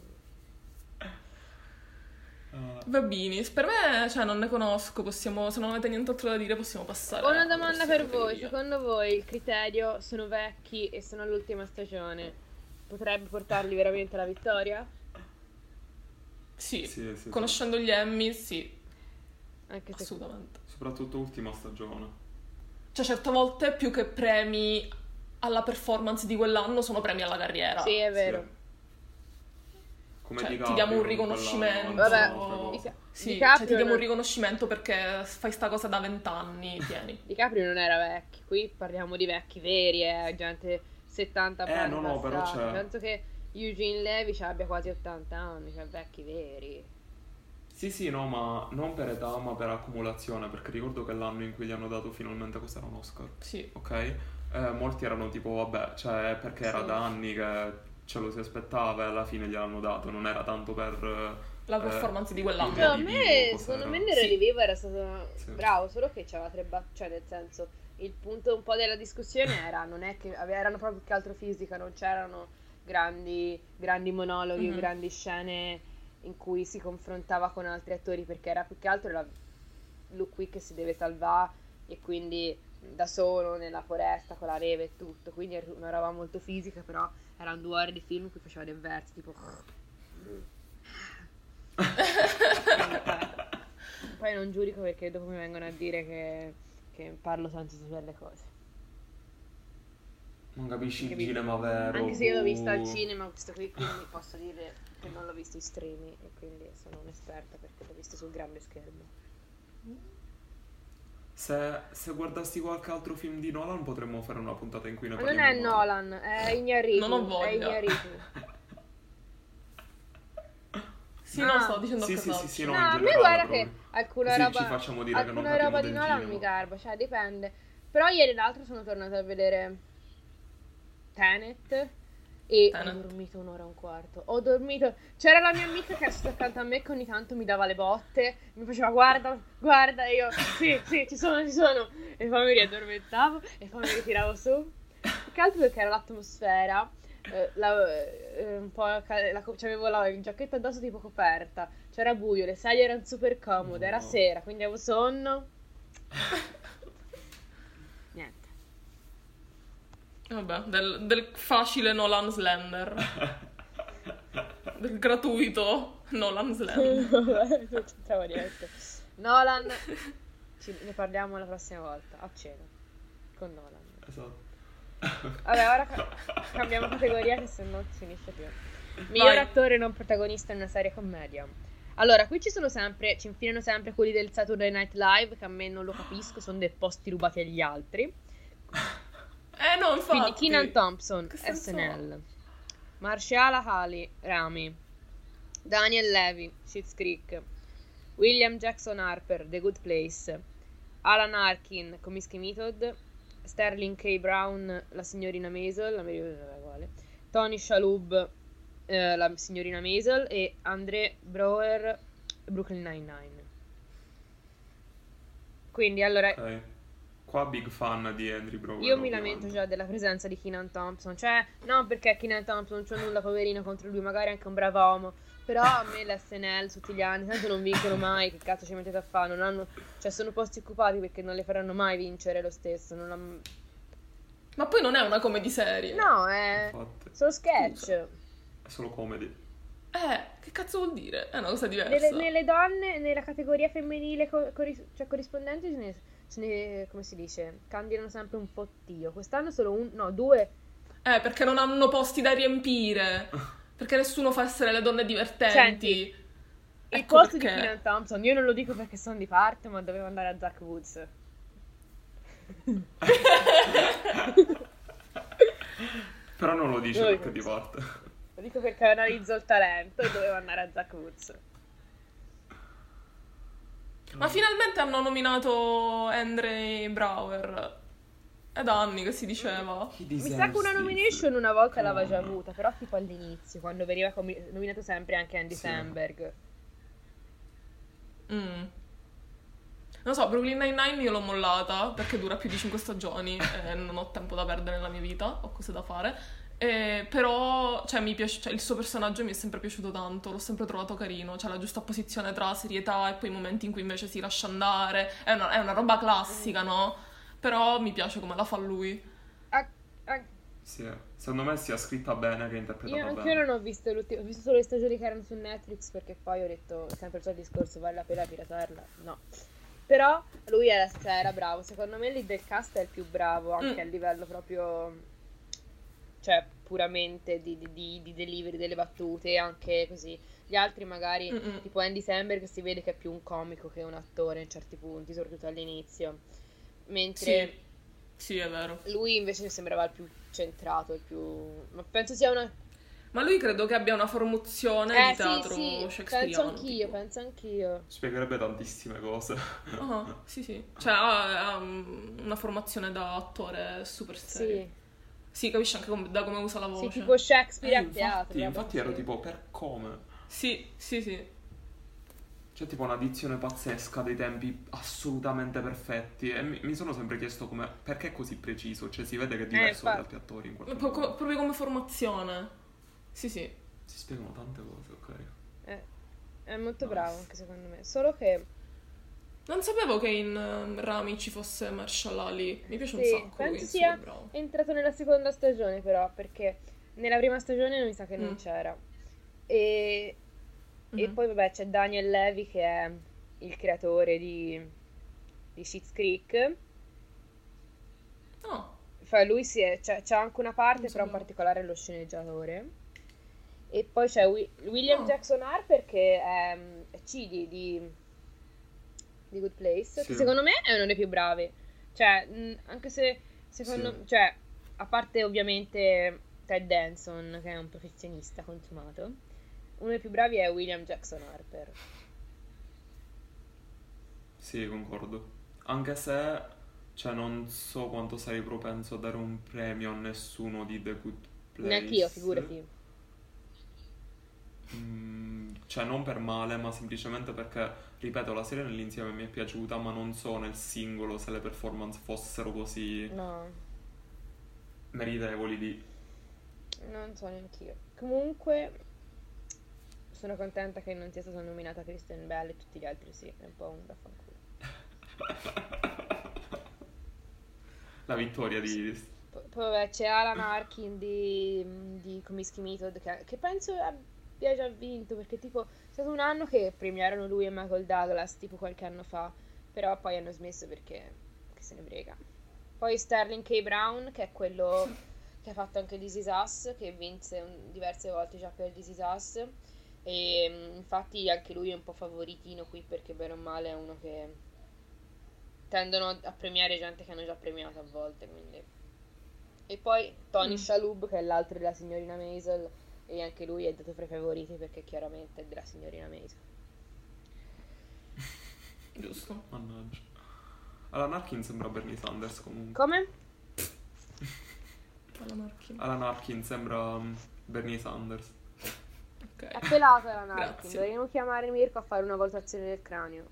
S2: Bambini, per me, cioè, non ne conosco, possiamo, se non avete nient'altro da dire possiamo passare.
S3: Una
S2: alla
S3: domanda
S2: prossima
S3: per voi,
S2: categoria.
S3: secondo voi il criterio sono vecchi e sono all'ultima stagione potrebbe portarli veramente alla vittoria?
S2: Sì,
S1: Sì, sì,
S2: conoscendo gli Emmy, sì,
S3: Anche se
S2: assolutamente.
S1: Soprattutto ultima stagione.
S2: Cioè, certe volte più che premi alla performance di quell'anno sono premi alla carriera.
S3: sì, è vero.
S1: Sì. Come
S2: Cioè, ti
S1: DiCaprio
S2: diamo un
S1: in
S2: riconoscimento.
S1: quell'anno,
S3: Vabbè,
S1: altra cosa.
S2: Sì,
S3: DiCaprio
S2: cioè, ti diamo
S3: non-
S2: un riconoscimento perché fai sta cosa da 20 anni, tieni.
S3: DiCaprio non era vecchio, qui parliamo di vecchi veri, gente 70 anni
S1: no, però
S3: passati.
S1: c'è-
S3: Penso che Eugene Levy abbia quasi 80 anni, cioè vecchi veri.
S1: Sì, no, ma non per età, ma per accumulazione, perché ricordo che l'anno in cui gli hanno dato finalmente questo era un Oscar,
S2: Sì.
S1: ok? Molti erano tipo, vabbè, cioè perché era
S3: Sì.
S1: da anni che ce lo si aspettava e alla fine gliel'hanno dato, non era tanto per...
S2: La performance di quell'anno.
S1: il
S3: No, a
S1: redivivo,
S3: me,
S1: cosa
S3: secondo
S1: era.
S3: me nel
S2: Sì.
S3: redivivo era stato
S1: Sì.
S3: bravo, solo che c'aveva cioè nel senso, il punto un po' della discussione era, non è che erano proprio più che altro fisica, non c'erano grandi monologhi,
S2: Mhm.
S3: grandi scene in cui si confrontava con altri attori, perché era più che altro lui qui che si deve salvare e quindi da solo nella foresta con la neve e tutto, quindi era una roba molto fisica, però erano 2 ore di film in cui faceva dei versi tipo poi non giudico perché dopo mi vengono a dire che parlo tanto su quelle cose.
S1: Non capisci il
S3: Capito?
S1: cinema vero.
S3: Anche se io l'ho vista al
S1: boh.
S3: cinema questo qui, quindi posso dire che non l'ho visto in streaming e quindi sono un'esperta perché l'ho visto sul grande schermo.
S1: Se guardassi qualche altro film di Nolan potremmo fare una puntata in cui ne
S3: Ma non
S1: parliamo
S3: è
S1: male.
S3: Nolan, è Iñárritu.
S2: Non ho voglia.
S3: È Iñárritu.
S2: Sì,
S3: No.
S2: no, stavo dicendo
S1: Sì,
S2: a
S1: sì,
S2: casaccio.
S1: sì, no,
S3: No,
S1: in
S3: a me
S1: generale
S3: guarda
S1: proprio.
S3: che alcuna
S1: Così
S3: roba,
S1: ci facciamo dire che non
S3: alcuna
S1: capiamo
S3: roba
S1: del
S3: di Nolan
S1: cinema.
S3: mi garba, cioè dipende. Però ieri l'altro sono tornata a vedere Tenet e
S2: Tenet.
S3: ho dormito 1 ora e un quarto. Ho dormito. C'era la mia amica che era stata accanto a me che ogni tanto mi dava le botte, mi faceva guarda, e io sì, ci sono. E poi mi riaddormentavo e poi mi ritiravo su. Più che altro perché era l'atmosfera. Un po' c'avevo il giacchetto addosso tipo coperta, c'era buio, le sedie erano super comode, era
S1: No.
S3: sera, quindi avevo sonno. Niente.
S2: Vabbè, del facile Nolan Slender. Del gratuito Nolan Slender.
S3: Non c'entrava niente. Nolan, ne parliamo la prossima volta a cena con Nolan.
S1: Esatto.
S3: Vabbè, ora cambiamo categoria che se no non si finisce più. Miglior
S2: Vai.
S3: attore non protagonista in una serie commedia. Allora, qui ci infilano sempre quelli del Saturday Night Live, che a me non lo capisco, sono dei posti rubati agli altri.
S2: No, infatti.
S3: Quindi Kenan Thompson,
S2: Che senso
S3: SNL. Marshala Ali, Rami. Daniel Levy, Schitt's Creek. William Jackson Harper, The Good Place. Alan Arkin, Comiskey Method. Sterling K. Brown, La signorina Maisel, la uguale. Tony Shalhoub, la signorina Maisel, e Andre Braugher, Brooklyn Nine-Nine. Quindi allora
S1: Ok. Qua big fan di Andrew Brower,
S3: io mi lamento
S1: ovviamente.
S3: già della presenza di Kenan Thompson, cioè non perché Kenan Thompson non c'ho nulla poverino contro lui, magari è anche un bravo uomo, però a me l'SNL tutti gli anni tanto non vincono mai, che cazzo ci mettete a fare? Non hanno, cioè sono posti occupati perché non le faranno mai vincere lo stesso, non la-
S2: Ma poi non è una comedy serie.
S3: No, è
S1: Infatti,
S3: solo sketch.
S1: è solo comedy.
S2: Che cazzo vuol dire? È una cosa diversa.
S3: Nelle donne, nella categoria femminile cioè corrispondente, come si dice, candidano sempre un fottio. Quest'anno solo due.
S2: Perché non hanno posti da riempire. Perché nessuno fa essere le donne divertenti.
S3: Senti, il
S2: Ecco
S3: posto
S2: perché.
S3: di Kenan Thompson, io non lo dico perché sono di parte, ma doveva andare a Zach Woods.
S1: Però non lo dice
S3: Noi-
S1: perché di parte.
S3: Lo dico perché analizzo il talento e doveva andare a Zach Woods.
S2: Ma finalmente hanno nominato Andre Braugher. È da anni che si diceva.
S3: Mi sa che una nomination una volta l'aveva già avuta, però tipo all'inizio, quando veniva nominato sempre anche Andy
S1: Sì.
S3: Samberg.
S2: Non so, Brooklyn Nine-Nine io l'ho mollata perché dura più di 5 stagioni e non ho tempo da perdere nella mia vita, ho cose da fare. Però, cioè, mi piace, cioè, il suo personaggio mi è sempre piaciuto tanto, l'ho sempre trovato carino, c'è la giusta posizione tra serietà e poi i momenti in cui invece si lascia andare. È una roba classica, no? Però mi piace come la fa lui.
S3: Ah, ah,
S1: Sì, secondo me sia scritta bene che interpretata
S3: anche io
S1: bene.
S3: non ho visto l'ultimo, ho visto solo le stagioni che erano su Netflix perché poi ho detto sempre il solito discorso, vale la pena piratarla? No. Però lui era bravo, secondo me lì del cast è il più bravo anche a livello proprio, cioè puramente di delivery delle battute, anche così. Gli altri magari, tipo Andy Samberg, si vede che è più un comico che un attore in certi punti, soprattutto all'inizio. Mentre
S2: Sì, è vero.
S3: lui invece mi sembrava il più centrato, il più... Ma penso sia una...
S2: Ma lui credo che abbia una formazione di teatro
S3: sì,
S2: shakespeariano.
S3: penso anch'io.
S1: Spiegherebbe tantissime cose.
S2: Sì. Cioè ha una formazione da attore super serio.
S3: Sì,
S2: Sì, capisci anche da come usa la voce.
S3: sì, tipo Shakespeare a teatro.
S1: Infatti ero
S3: sì.
S1: tipo, per come?
S2: Sì.
S1: C'è tipo una dizione pazzesca, dei tempi assolutamente perfetti. E mi sono sempre chiesto come, perché è così preciso? Cioè si vede che è diverso dagli
S3: infatti.
S1: altri attori in qualche modo.
S2: Proprio come formazione. Sì.
S1: Si spiegano tante cose, ok.
S3: È molto
S1: Nice.
S3: bravo anche secondo me. Solo che
S2: Non sapevo che in Rami ci fosse Marshall Ali. Mi piace un
S3: sì,
S2: sacco lui,
S3: penso
S2: è
S3: sia
S2: super bravo.
S3: entrato nella seconda stagione però, perché nella prima stagione mi sa che non c'era. E poi vabbè c'è Daniel Levy che è il creatore di Schitt's Creek.
S2: No.
S3: Lui c'ha anche una parte,
S2: Non
S3: però in
S2: sapevo.
S3: particolare è lo sceneggiatore. E poi c'è William
S2: Oh.
S3: Jackson Harper che è Cidi di Good Place,
S1: Sì.
S3: che secondo me è uno dei più bravi. Cioè, anche se secondo
S1: Sì.
S3: cioè, a parte ovviamente Ted Danson, che è un professionista consumato, uno dei più bravi è William Jackson Harper.
S1: Sì, concordo. Anche se, cioè, non so quanto sarei propenso a dare un premio a nessuno di The Good Place.
S3: Neanch'io, figurati.
S1: Cioè, non per male, ma semplicemente perché, ripeto, la serie nell'insieme mi è piaciuta, ma non so nel singolo se le performance fossero così
S3: No,
S1: meritevoli di...
S3: non so neanch'io. Comunque, sono contenta che non sia stata nominata Kristen Bell e tutti gli altri sì, è un po' un vaffanculo.
S1: La vittoria di...
S3: Poi vabbè, c'è Alan Arkin di Comiskey Method che penso abbia già vinto, perché tipo è stato un anno che premiarono lui e Michael Douglas tipo qualche anno fa, però poi hanno smesso perché che se ne frega. Poi Sterling K. Brown, che è quello che ha fatto anche This Is Us, che vinse diverse volte già per This Is Us, e infatti anche lui è un po' favoritino qui perché bene o male è uno che tendono a premiare gente che hanno già premiato a volte, quindi. E poi Tony Shalhoub, che è l'altro della signorina Maisel, e anche lui è dato fra i favoriti perché chiaramente è della signorina Maisel.
S2: Giusto.
S1: Mannaggia. Alan Arkin sembra Bernie Sanders comunque.
S3: Come?
S2: Alan Arkin.
S1: Alan Arkin sembra Bernie Sanders.
S3: È pelata la Narkin,
S2: Grazie.
S3: dovremmo chiamare Mirko a fare una valutazione del cranio.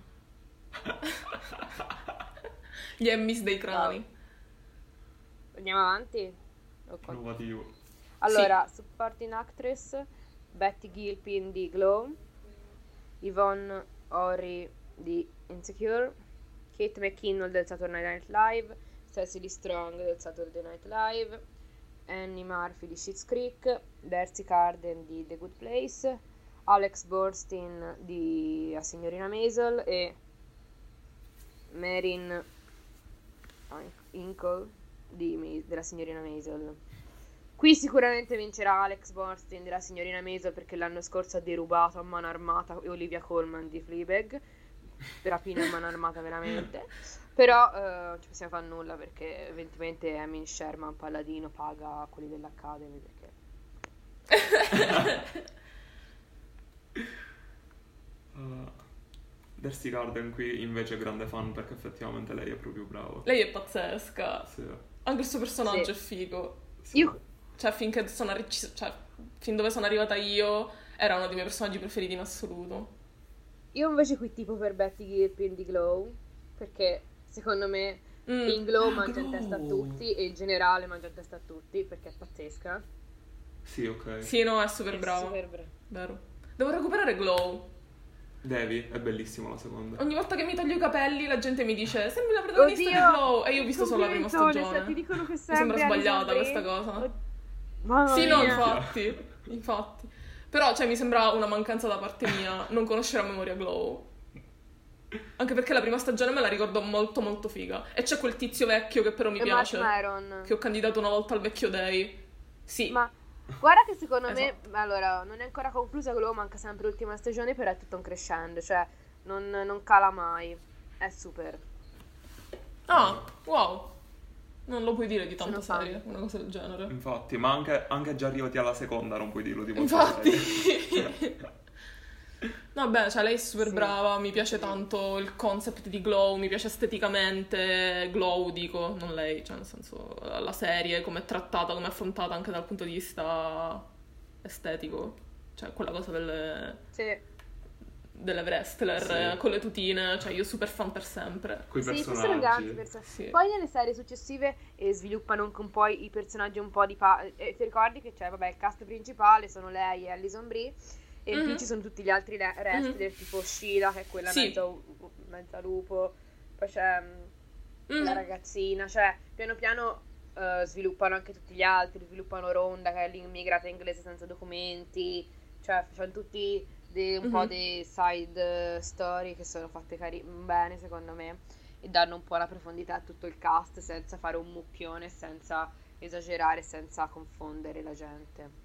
S2: Gli Emmys dei crani.
S3: Andiamo avanti? Ok.
S1: Innovativo.
S3: Allora, supporting actress, Betty Gilpin di Glow, Yvonne Orry di Insecure, Kate McKinnon del Saturday Night Live, Cecily Strong del Saturday Night Live, Annie Murphy di Schitt's Creek, Darcy Carden di The Good Place, Alex Borstein di A Signorina Maisel e Marin Inkle della Signorina Maisel. Qui sicuramente vincerà Alex Borstein della Signorina Maisel perché l'anno scorso ha derubato a mano armata Olivia Colman di Fleabag. Rapina a mano armata veramente. Però non ci possiamo fare nulla perché evidentemente Emin Sherman Palladino paga quelli dell'Academy perché...
S1: Darcy Carden qui invece è grande fan perché effettivamente lei è proprio brava.
S2: Lei è pazzesca.
S1: Sì.
S2: Anche il suo personaggio
S3: Sì.
S2: è figo.
S1: Sì.
S3: Io
S2: Cioè, fin dove sono arrivata io, era uno dei miei personaggi preferiti in assoluto.
S3: Io invece qui tipo per Betty Gilpin di Glow perché secondo me in Glow mangia in testa a tutti e in generale mangia in testa a tutti perché è pazzesca.
S1: Sì, ok.
S2: Sì, no, è super
S3: È
S2: brava.
S3: super brava.
S2: Vero. Devo recuperare Glow.
S1: Devi, è bellissimo la seconda.
S2: Ogni volta che mi taglio i capelli la gente mi dice sembri la protagonista di Glow e io ho visto solo la prima stagione.
S3: Ti dicono che
S2: Mi sembra
S3: sembri
S2: sbagliata
S3: Alison
S2: questa
S3: Brie.
S2: cosa.
S3: Mamma
S2: Sì, no,
S3: mia.
S2: infatti. Però, cioè, mi sembra una mancanza da parte mia non conoscere a memoria Glow. Anche perché la prima stagione me la ricordo molto molto figa. E c'è quel tizio vecchio che però mi
S3: E
S2: piace.
S3: Mark Maron.
S2: Che ho candidato una volta al vecchio Day. Sì.
S3: Ma guarda che secondo
S2: Esatto.
S3: me, allora, non è ancora conclusa Glow, manca sempre l'ultima stagione, però è tutto un crescendo, cioè non cala mai. È super.
S2: Ah, wow. Non lo puoi dire di tante
S3: Sono fan.
S2: serie, una cosa del genere.
S1: Infatti, ma anche già arrivati alla seconda non puoi dirlo di molte
S2: Infatti.
S1: serie.
S2: Vabbè, cioè lei è super
S3: Sì.
S2: brava, mi piace tanto il concept di Glow, mi piace esteticamente Glow, dico, non lei, cioè nel senso la serie, come è trattata, come è affrontata anche dal punto di vista estetico, cioè quella cosa
S3: Sì.
S2: delle wrestler
S1: Sì.
S2: con le tutine, cioè io super fan per sempre.
S1: Quei
S3: Sì, questi
S1: personaggi.
S3: sono grandi personaggi.
S2: Sì.
S3: Poi nelle serie successive sviluppano anche un po' i personaggi un po' di ti ricordi che c'è, vabbè, il cast principale sono lei e Alison Brie e in più ci sono tutti gli altri wrestler tipo Sheila che è quella
S2: Sì.
S3: mezza lupo, poi c'è la ragazzina, cioè piano piano sviluppano anche tutti gli altri, sviluppano Ronda che è l'immigrata inglese senza documenti, cioè facciano tutti un po' dei side story che sono fatte bene secondo me e danno un po' la profondità a tutto il cast senza fare un mucchione, senza esagerare, senza confondere la gente.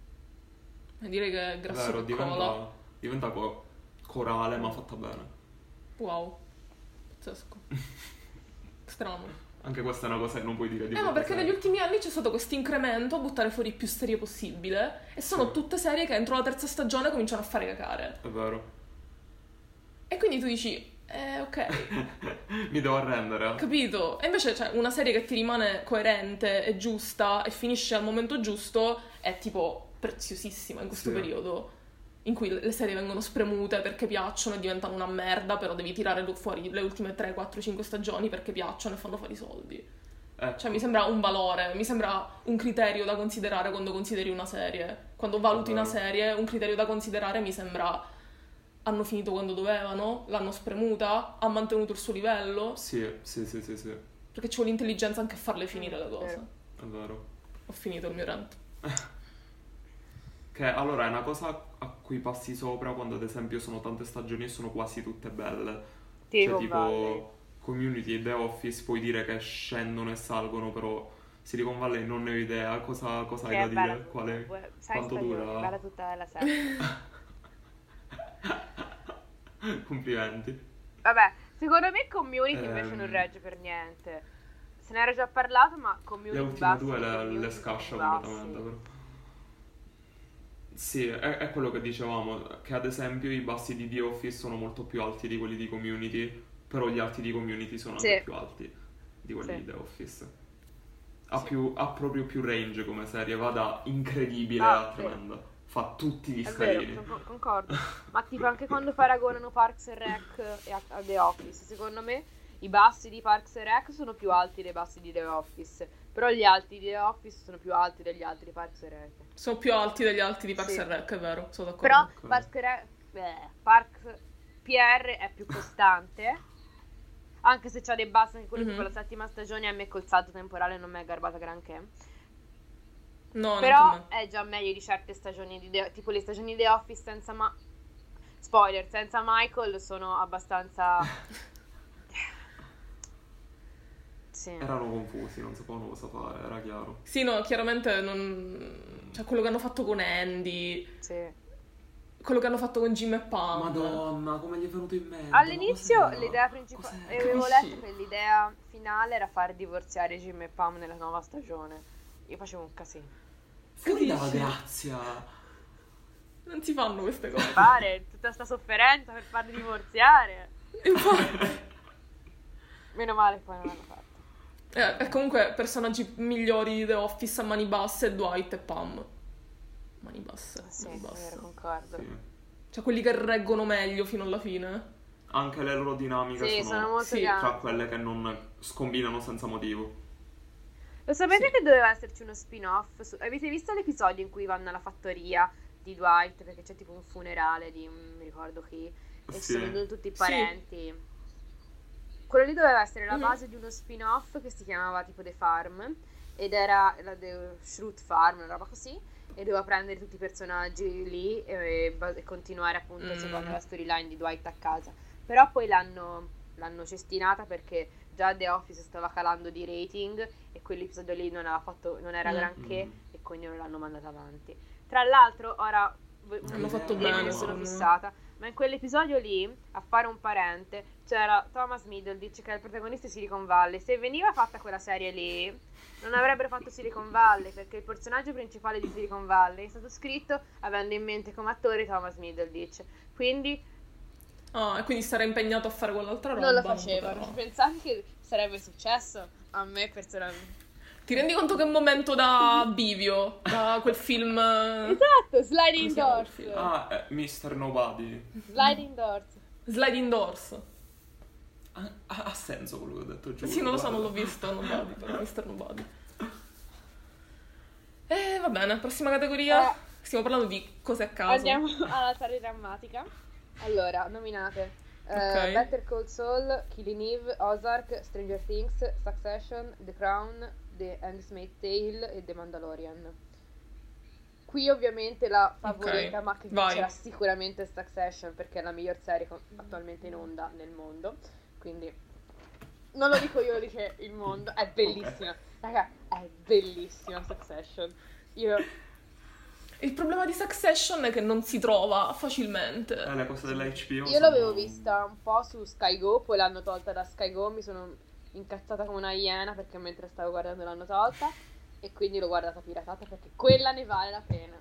S2: Direi che è grasso
S1: Vero,
S2: che cola.
S1: diventa corale ma fatta bene.
S2: Wow, pazzesco. Strano.
S1: Anche questa è una cosa che non puoi dire di
S2: Ma
S1: molte
S2: perché
S1: serie.
S2: negli ultimi anni c'è stato questo incremento a buttare fuori più serie possibile e sono
S1: Sì.
S2: tutte serie che entro la terza stagione cominciano a fare cacare.
S1: È vero.
S2: E quindi tu dici, ok,
S1: Mi devo arrendere.
S2: capito? E invece c'è una serie che ti rimane coerente e giusta e finisce al momento giusto è tipo preziosissima in questo
S1: Sì.
S2: periodo in cui le serie vengono spremute perché piacciono e diventano una merda, però devi tirare fuori le ultime 3, 4, 5 stagioni perché piacciono e fanno fare i soldi.
S1: Ecco.
S2: Cioè mi sembra un valore, mi sembra un criterio da considerare quando consideri una serie. Quando valuti una
S1: Vero.
S2: serie, un criterio da considerare mi sembra hanno finito quando dovevano, l'hanno spremuta, ha mantenuto il suo livello,
S1: Sì.
S2: perché ci vuole intelligenza anche a farle finire le cose.
S1: È vero.
S2: Ho finito il mio rant.
S1: Che allora è una cosa a cui passi sopra quando ad esempio sono tante stagioni e sono quasi tutte belle.
S3: Tipo,
S1: Cioè tipo Community e The Office puoi dire che scendono e salgono, però Silicon Valley non ne ho idea cosa hai da dire, quanto dura.
S3: bella tutta la serie.
S1: Complimenti.
S3: Vabbè, secondo me Community invece non regge per niente. Se ne era già parlato, ma Community
S1: Le ultime
S3: bassi,
S1: due le
S3: Community
S1: scascia
S3: bassi.
S1: completamente, però. Sì, è quello che dicevamo, che ad esempio i bassi di The Office sono molto più alti di quelli di Community, però gli alti di Community sono
S3: Sì.
S1: anche più alti di quelli
S3: Sì.
S1: di The Office. Ha
S2: Sì.
S1: proprio più range come serie, va da incredibile
S3: Ah,
S1: a
S3: sì.
S1: tremenda. fa tutti gli
S3: È vero,
S1: scalini.
S3: concordo. Ma tipo anche quando paragonano Parks and Rec a The Office, secondo me i bassi di Parks and Rec sono più alti dei bassi di The Office. Però gli alti di The Office sono più alti degli altri di Parks and Rec.
S2: Sono più alti degli altri di Parks
S3: Sì.
S2: and Rec, è vero, sono d'accordo.
S3: Però
S1: Ok.
S3: Parks PR è più costante. Anche se c'ha dei bassi, anche quello
S2: Mhm.
S3: tipo la settima stagione a me col salto temporale non mi è garbata granché.
S2: No,
S3: Però
S2: non
S3: è già meglio di certe stagioni tipo le stagioni di The Office senza spoiler, senza Michael sono abbastanza sì.
S1: Erano confusi, non sapevano cosa fare, era chiaro.
S2: Sì, no, chiaramente non... Cioè, quello che hanno fatto con Andy,
S3: Sì.
S2: quello che hanno fatto con Jim e Pam.
S1: Madonna, come gli è venuto in mente?
S3: All'inizio
S1: Ma cos'era?
S3: l'idea principale
S1: Cos'era?
S3: avevo
S2: Capisci?
S3: letto che l'idea finale era far divorziare Jim e Pam nella nuova stagione. Io facevo un casino.
S1: Fuori dalla
S2: Capisci?
S1: grazia.
S2: Non si fanno queste cose.
S3: Fare tutta sta sofferenza per farli divorziare.
S2: Infatti.
S3: Meno male che poi non l'hanno fatto.
S2: E comunque personaggi migliori di The Office a mani basse, Dwight e Pam. Mani basse,
S3: Sì,
S2: mani
S3: è
S2: basse.
S3: vero, concordo.
S1: Sì.
S2: Cioè quelli che reggono meglio fino alla fine.
S1: Anche le loro dinamiche
S3: Sì, sono molto
S2: Sì,
S3: grandi.
S1: tra quelle che non scombinano senza motivo.
S3: Lo sapete
S2: Sì.
S3: che doveva esserci uno spin-off? Avete visto l'episodio in cui vanno alla fattoria di Dwight? Perché c'è tipo un funerale di non mi ricordo chi. E ci
S1: Sì.
S3: sono venuti tutti i
S2: Sì.
S3: parenti. Quello lì doveva essere la
S2: Mhm.
S3: base di uno spin-off che si chiamava tipo The Farm. Ed era la The Shroot Farm, una roba così. E doveva prendere tutti i personaggi lì e continuare appunto secondo la storyline di Dwight a casa. Però poi l'hanno cestinata perché già The Office stava calando di rating e quell'episodio lì non era granché
S1: Mm.
S3: e quindi non l'hanno mandata avanti. Tra l'altro, ora
S2: Hanno fatto
S3: mi
S2: bene,
S3: sono
S2: secondo me.
S3: fissata, ma in quell'episodio lì, a fare un parente, c'era Thomas Middleditch che è il protagonista di Silicon Valley. Se veniva fatta quella serie lì, non avrebbero fatto Silicon Valley perché il personaggio principale di Silicon Valley è stato scritto avendo in mente come attore Thomas Middleditch. Quindi
S2: Ah, e quindi sarà impegnato a fare quell'altra roba.
S3: non lo
S2: non
S3: facevano.
S2: poteva.
S3: Pensate che sarebbe successo? A me personalmente.
S2: Ti rendi conto che è un momento da bivio, da quel film...
S3: Esatto, Sliding
S2: Come si chiama il
S3: Doors.
S2: film?
S1: Ah, Mr. Nobody.
S3: Sliding Doors.
S2: Sliding Doors.
S1: Ha senso quello che ho detto, giuro.
S2: Sì, non lo so, non l'ho
S1: guarda.
S2: visto, Nobody, però Mr. Nobody. Va bene, prossima categoria. Stiamo parlando di cose a caso.
S3: Andiamo alla serie drammatica. Allora, nominate
S2: Ok.
S3: Better Call Saul, Killing Eve, Ozark, Stranger Things, Succession, The Crown, The Handmaid's Tale e The Mandalorian. Qui ovviamente la favorita,
S2: Ok,
S3: ma che
S2: vai.
S3: vincerà sicuramente è Succession perché è la miglior serie attualmente in onda nel mondo. Quindi non lo dico io, lo dice il mondo. È bellissima. Raga, è bellissima Succession. Io
S2: Il problema di Succession è che non si trova facilmente.
S1: Le cose della HBO
S3: Io l'avevo vista un po' su Sky Go, poi l'hanno tolta da Sky Go, mi sono incazzata come una iena perché mentre stavo guardando l'hanno tolta e quindi l'ho guardata piratata perché quella ne vale la pena.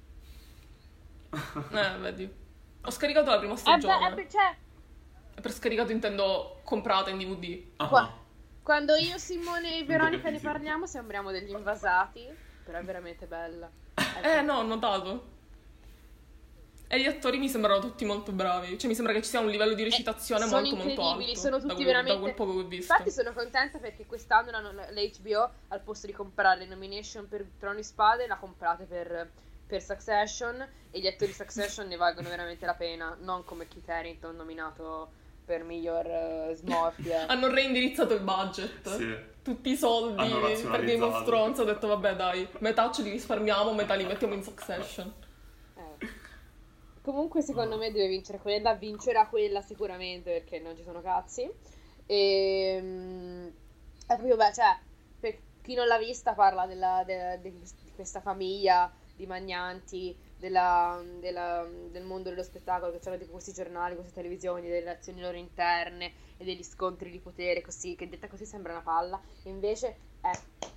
S2: Vedi. Ho scaricato la prima stagione.
S3: Cioè,
S2: E per scaricato intendo comprata in DVD.
S1: Ah,
S3: quando io, Simone e Veronica ne
S1: fisico.
S3: parliamo sembriamo degli invasati, però è veramente bella.
S2: No, ho notato. E gli attori mi sembrano tutti molto bravi. Cioè, mi sembra che ci sia un livello di recitazione
S3: sono
S2: molto, molto
S3: incredibili,
S2: alto.
S3: sono
S2: da
S3: tutti
S2: quel-
S3: veramente.
S2: Da quel poco che ho visto.
S3: Infatti sono contenta perché quest'anno l'HBO al posto di comprare le nomination per Trono di Spade l'ha comprate per Succession e gli attori di Succession ne valgono veramente la pena, non come Kit Harington nominato per miglior Smorfia.
S2: Hanno reindirizzato il budget.
S1: Sì.
S2: Tutti i soldi
S1: Hanno
S2: per Game of
S1: razionalizzato.
S2: Thrones. Ho detto, vabbè, dai, metà ce li risparmiamo, metà li mettiamo in Succession.
S3: Comunque secondo me deve vincere quella, vincerà quella sicuramente perché non ci sono cazzi. È proprio bello, cioè, per chi non l'ha vista parla di questa famiglia di magnanti, del mondo dello spettacolo, che hanno tipo questi giornali, queste televisioni, delle relazioni loro interne e degli scontri di potere così, che detta così sembra una palla, e invece è...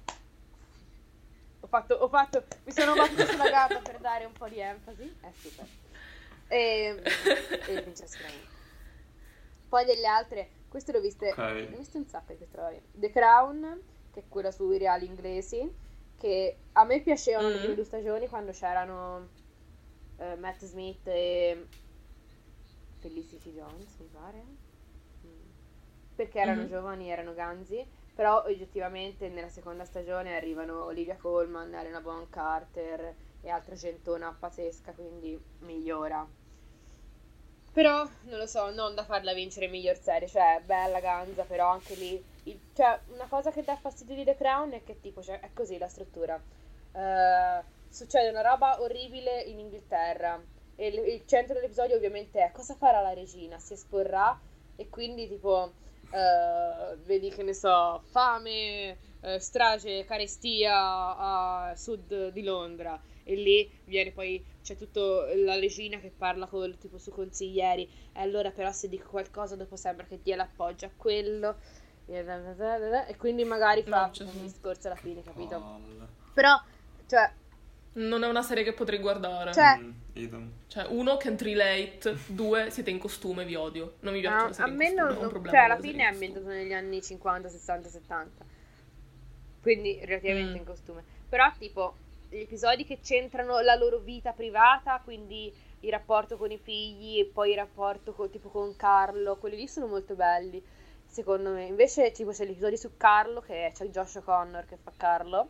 S3: mi sono battuta sulla gamba per dare un po' di enfasi, è super. E vincerà sicuramente. Poi delle altre, queste le ho viste,
S1: Ok.
S3: ne ho viste un sacco di queste robe. The Crown, che è quella sui reali inglesi, che a me piacevano le prime 2 stagioni quando c'erano Matt Smith e Felicity Jones, mi pare. Perché erano giovani, erano ganzi, però oggettivamente nella seconda stagione arrivano Olivia Colman, Helena Bonham Carter e altra gentona pazzesca, quindi migliora. Però, non lo so, non da farla vincere miglior serie, cioè bella ganza, però anche lì, cioè una cosa che dà fastidio di The Crown è che tipo, cioè, è così la struttura. Succede una roba orribile in Inghilterra e il centro dell'episodio ovviamente è cosa farà la regina, si esporrà e quindi tipo vedi che ne so, fame, strage, carestia a sud di Londra e lì viene poi c'è tutto la regina che parla con tipo suoi consiglieri e allora però se dico qualcosa dopo sembra che dia l'appoggio a quello e quindi magari fa un discorso alla fine, capito? Però cioè
S2: non è una serie che potrei guardare.
S3: Cioè,
S2: uno, can't relate, due, siete in costume, vi odio. Non mi piace la serie
S3: a me
S2: in costume,
S3: non,
S2: è un problema
S3: cioè alla
S2: con le
S3: fine è
S2: serie in
S3: ambientato negli anni 50, 60, 70. Quindi relativamente in costume. Però tipo gli episodi che centrano la loro vita privata, quindi il rapporto con i figli e poi il rapporto tipo con Carlo, quelli lì sono molto belli, secondo me. Invece tipo c'è l'episodio su Carlo, che c'è Josh O'Connor che fa Carlo.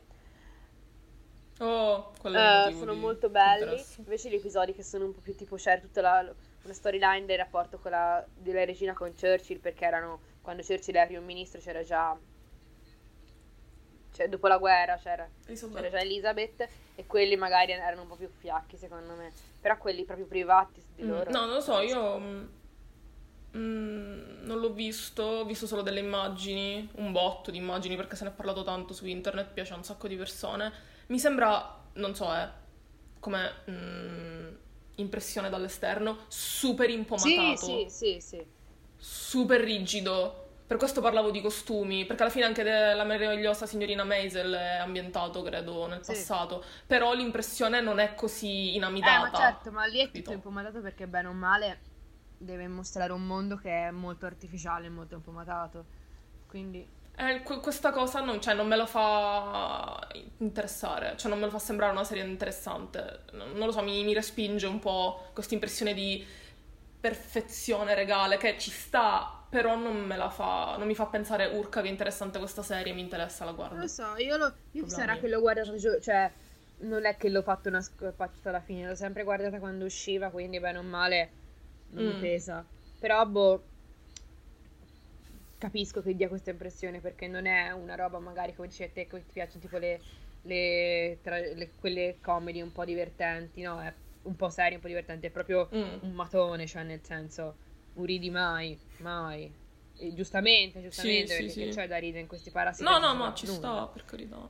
S2: Oh, quello
S3: sono molto belli.
S2: interesse.
S3: Invece gli episodi che sono un po' più tipo c'è tutta una storyline del rapporto della regina con Churchill, perché quando Churchill era primo ministro c'era già, cioè dopo la guerra c'era già Elizabeth e quelli magari erano un po' più fiacchi secondo me, però quelli proprio privati su di loro.
S2: No, non lo so, io non l'ho visto, ho visto solo delle immagini, un botto di immagini perché se ne è parlato tanto su internet, piace a un sacco di persone. Mi sembra, non so, come impressione dall'esterno, super impomatato.
S3: Sì.
S2: Super rigido. Per questo parlavo di costumi, perché alla fine anche la meravigliosa signorina Maisel è ambientato, credo, nel passato. Però l'impressione non è così inamidata.
S3: Ma certo, ma lì è
S2: capito?
S3: tutto impomatato perché bene o male deve mostrare un mondo che è molto artificiale, molto impomatato. Quindi
S2: questa cosa non me lo fa interessare, cioè non me lo fa sembrare una serie interessante. Non lo so, mi respinge un po' questa impressione di perfezione regale che ci sta, però non mi fa pensare urca che interessante questa serie, mi interessa, la guardo.
S3: Non lo so, io sarà che l'ho guardata, cioè non è che l'ho fatto una scorpata alla fine, l'ho sempre guardata quando usciva, quindi bene o male non mi pesa. Però capisco che dia questa impressione perché non è una roba magari come dici a te che ti piacciono tipo quelle comedy un po' divertenti, no? È un po' serie, un po' divertenti, è proprio un matone, cioè nel senso non ridi mai. E giustamente perché
S2: sì.
S3: c'è da ridere in questi parassiti.
S2: No, ma ci sta, per carità.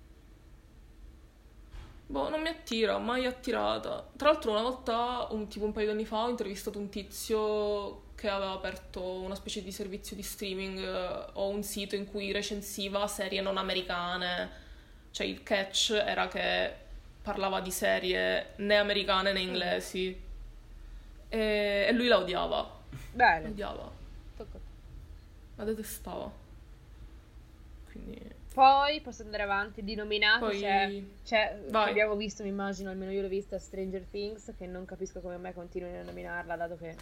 S2: Boh, non mi attira, mai attirata. Tra l'altro una volta, tipo un paio di anni fa, ho intervistato un tizio che aveva aperto una specie di servizio di streaming o un sito in cui recensiva serie non americane. Cioè il catch era che parlava di serie né americane né inglesi. E lui la odiava.
S3: Bene.
S2: La odiava. La detestava. Quindi
S3: poi posso andare avanti di nominato.
S2: Poi
S3: c'è
S2: vai.
S3: che abbiamo visto, mi immagino, almeno io l'ho vista, Stranger Things, che non capisco come mai continuino a nominarla, dato che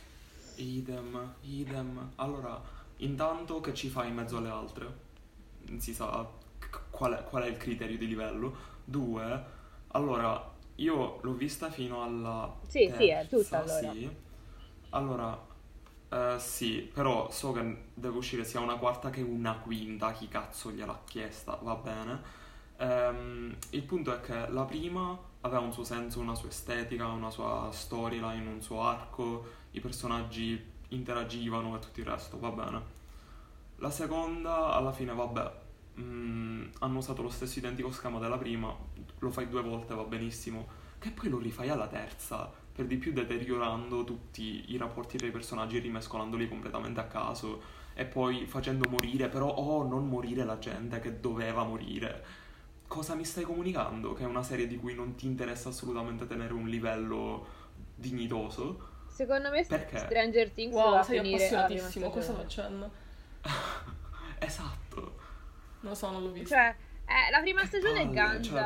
S1: idem. Allora, intanto che ci fai in mezzo alle altre? Non si sa qual è il criterio di livello. 2, allora, io l'ho vista fino alla
S3: Sì,
S1: terza,
S3: sì, è tutta allora.
S1: Sì. Allora, sì, però so che deve uscire sia una quarta che una quinta, chi cazzo gliel'ha chiesta, va bene. Il punto è che la prima aveva un suo senso, una sua estetica, una sua storyline, un suo arco, i personaggi interagivano e tutto il resto, va bene. La seconda, alla fine, vabbè, hanno usato lo stesso identico schema della prima, lo fai 2 volte, va benissimo, che poi lo rifai alla terza, per di più deteriorando tutti i rapporti tra i personaggi, rimescolandoli completamente a caso e poi facendo morire, però non morire la gente che doveva morire. Cosa mi stai comunicando? Che è una serie di cui non ti interessa assolutamente tenere un livello dignitoso?
S3: Secondo me
S1: Perché?
S3: Stranger Things va
S2: wow,
S3: a
S2: sei
S3: finire alla prima
S2: appassionatissimo, cosa sta
S3: stagione.
S2: facendo?
S1: Esatto.
S2: Non lo so, non l'ho visto.
S3: Cioè, la prima stagione è
S1: palle,
S3: ganza,
S1: cioè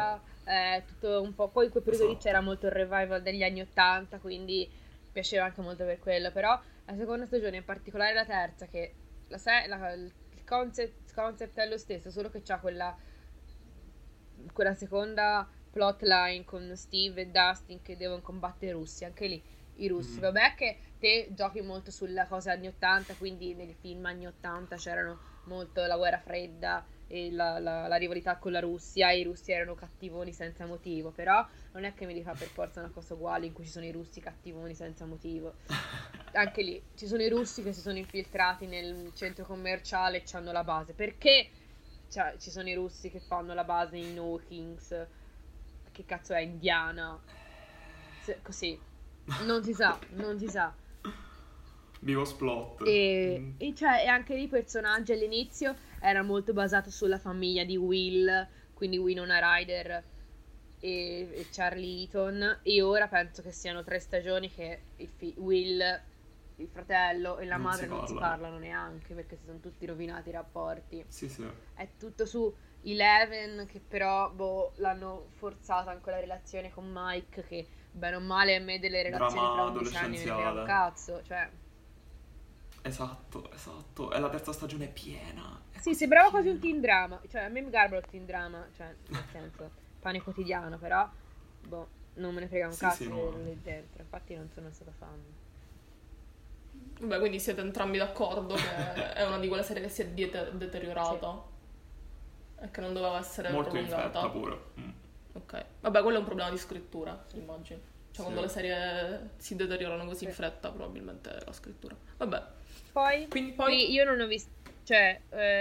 S3: tutto un po'. Poi in quel periodo lì
S1: Esatto.
S3: c'era molto il revival degli anni 80, quindi piaceva anche molto per quello. Però la seconda stagione, in particolare la terza, che il concept è lo stesso, solo che c'ha quella seconda plotline con Steve e Dustin che devono combattere i russi. Anche lì i russi,
S1: Mm.
S3: vabbè, che te giochi molto sulla cosa anni 80, quindi nei film anni 80 c'erano molto la guerra fredda e la rivalità con la Russia, e i russi erano cattivoni senza motivo, però non è che mi li fa per forza una cosa uguale in cui ci sono i russi cattivoni senza motivo. Anche lì ci sono i russi che si sono infiltrati nel centro commerciale e hanno la base. Perché ci sono i russi che fanno la base in Hawkins? Che cazzo è Indiana? Così. Non si sa, non si sa.
S1: Vivo splot.
S3: E anche lì i personaggi all'inizio era molto basato sulla famiglia di Will, quindi Winona Ryder e Charlie Eaton, e ora penso che siano 3 stagioni che Will, il fratello e la
S1: Non
S3: madre
S1: si
S3: non si
S1: parlano.
S3: parlano neanche perché si sono tutti rovinati i rapporti.
S1: Sì, sì.
S3: È tutto su Eleven, che però l'hanno forzata anche la relazione con Mike, che bene o male a me delle relazioni
S1: Drama
S3: tra 11 anni me ne frega un
S1: adolescenziale.
S3: cazzo, cioè
S1: Esatto, esatto. E la terza stagione è piena. È
S3: sì,
S1: così
S3: sembrava quasi un
S1: piena.
S3: teen drama, cioè a me mi garba il teen drama, cioè nel senso pane quotidiano, però boh, non me ne frega un
S1: Sì,
S3: cazzo
S1: sì,
S3: di
S1: no.
S3: vederlo lì dentro, infatti non sono stata fan.
S2: Vabbè, quindi siete entrambi d'accordo che è una di quelle serie che si è deteriorata e che non doveva essere
S1: Molto in fretta
S2: prolungata.
S1: pure. Mm.
S2: Ok. Vabbè, quello è un problema di scrittura, immagino. Cioè,
S1: Sì.
S2: quando le serie si deteriorano così in
S3: Sì.
S2: fretta, probabilmente è la scrittura. Vabbè.
S3: Poi,
S2: Quindi poi...
S3: qui io non ho visto, cioè,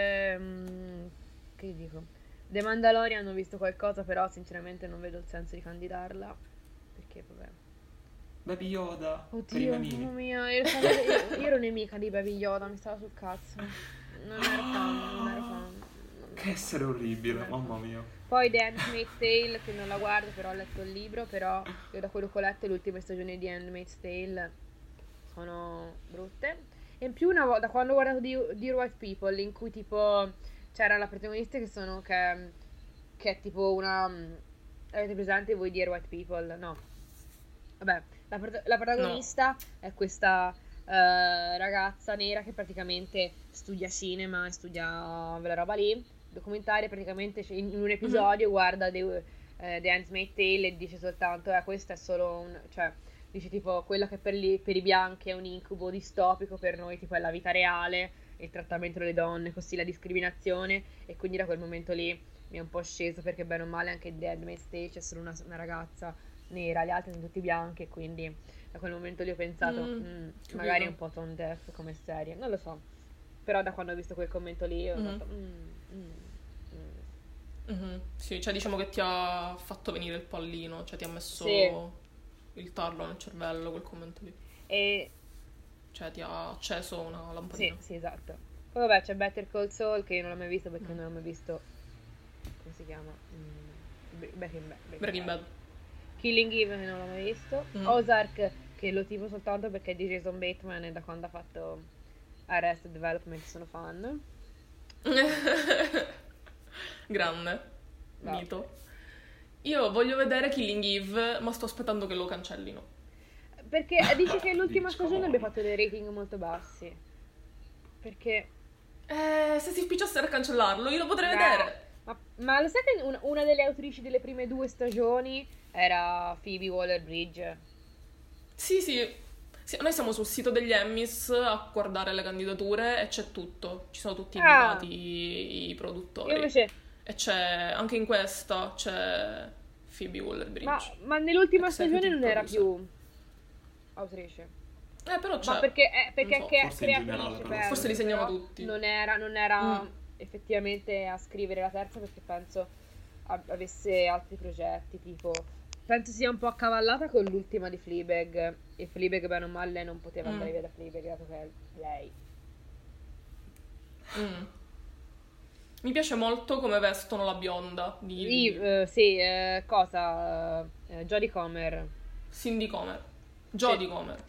S3: che dico? The Mandalorian ho visto qualcosa, però sinceramente non vedo il senso di candidarla, perché vabbè.
S1: Baby Yoda. Per i
S3: Oddio,
S1: memini.
S3: mamma mia, io ero nemica di Baby Yoda, mi stava sul cazzo. Non ero fan, non ero fan.
S1: Che essere orribile, mamma mia.
S3: Poi The Handmaid's Tale, che non la guardo, però ho letto il libro, però io da quello che ho letto le ultime stagioni di Handmaid's Tale sono brutte. E in più una volta, quando ho guardato Dear White People, in cui tipo c'era la protagonista che è tipo una... avete presente voi Dear White People? No. Vabbè, la protagonista è questa ragazza nera che praticamente studia cinema e studia quella roba lì. Documentario, praticamente in un episodio guarda The Handmaid's Tale e dice soltanto questa è solo cioè dice tipo quella che per i bianchi è un incubo distopico, per noi tipo è la vita reale, il trattamento delle donne, così la discriminazione. E quindi da quel momento lì mi è un po' sceso, perché bene o male anche in The Handmaid's Tale c'è solo una ragazza nera, gli altri sono tutti bianchi, e quindi da quel momento lì ho pensato
S2: capito.
S3: magari è un po' tone deaf come serie, non lo so, però da quando ho visto quel commento lì ho fatto
S2: Sì, cioè diciamo che ti ha fatto venire il pallino, cioè ti ha messo
S3: Sì.
S2: il tarlo nel cervello quel commento lì.
S3: E
S2: Cioè ti ha acceso una
S3: sì,
S2: lampadina.
S3: sì, esatto. Poi vabbè, c'è Better Call Saul, che io non l'ho mai visto perché non ho mai visto, come si chiama?
S2: Breaking Bad.
S3: Killing Eve, che non l'ho mai visto. Ozark, che lo tipo soltanto perché è di Jason Bateman e da quando ha fatto Arrested Development sono fan.
S2: Grande.
S3: Vabbè.
S2: Mito. Io voglio vedere Killing Eve, ma sto aspettando che lo cancellino.
S3: Perché dice che l'ultima
S1: Diciamo.
S3: stagione abbia fatto dei rating molto bassi. Perché
S2: Se si spicciassero a cancellarlo, io lo potrei
S3: Beh,
S2: vedere.
S3: ma lo sai che una delle autrici delle prime 2 stagioni era Phoebe Waller-Bridge?
S2: Sì, sì. Sì, noi siamo sul sito degli Emmys a guardare le candidature e c'è tutto. Ci sono tutti indicati i produttori.
S3: Io invece
S2: E c'è, anche in questa, c'è Phoebe Waller-Bridge.
S3: ma nell'ultima
S2: Executive
S3: stagione non era
S2: producer.
S3: più autrice.
S2: Però c'è.
S3: Ma perché
S2: Non so,
S3: è
S1: forse in generale,
S3: creatrice,
S1: però.
S3: penso,
S2: Forse li segnano
S3: però
S2: tutti.
S3: non era effettivamente a scrivere la terza, perché penso avesse altri progetti, tipo penso sia un po' accavallata con l'ultima di Fleabag, e Fleabag bene o male lei non poteva andare via da Fleabag, dato che è lei.
S2: Mi piace molto come vestono la bionda di
S3: Sì, cosa? Jodie Comer.
S2: Cindy Comer. Jodie
S3: Sì.
S2: Comer.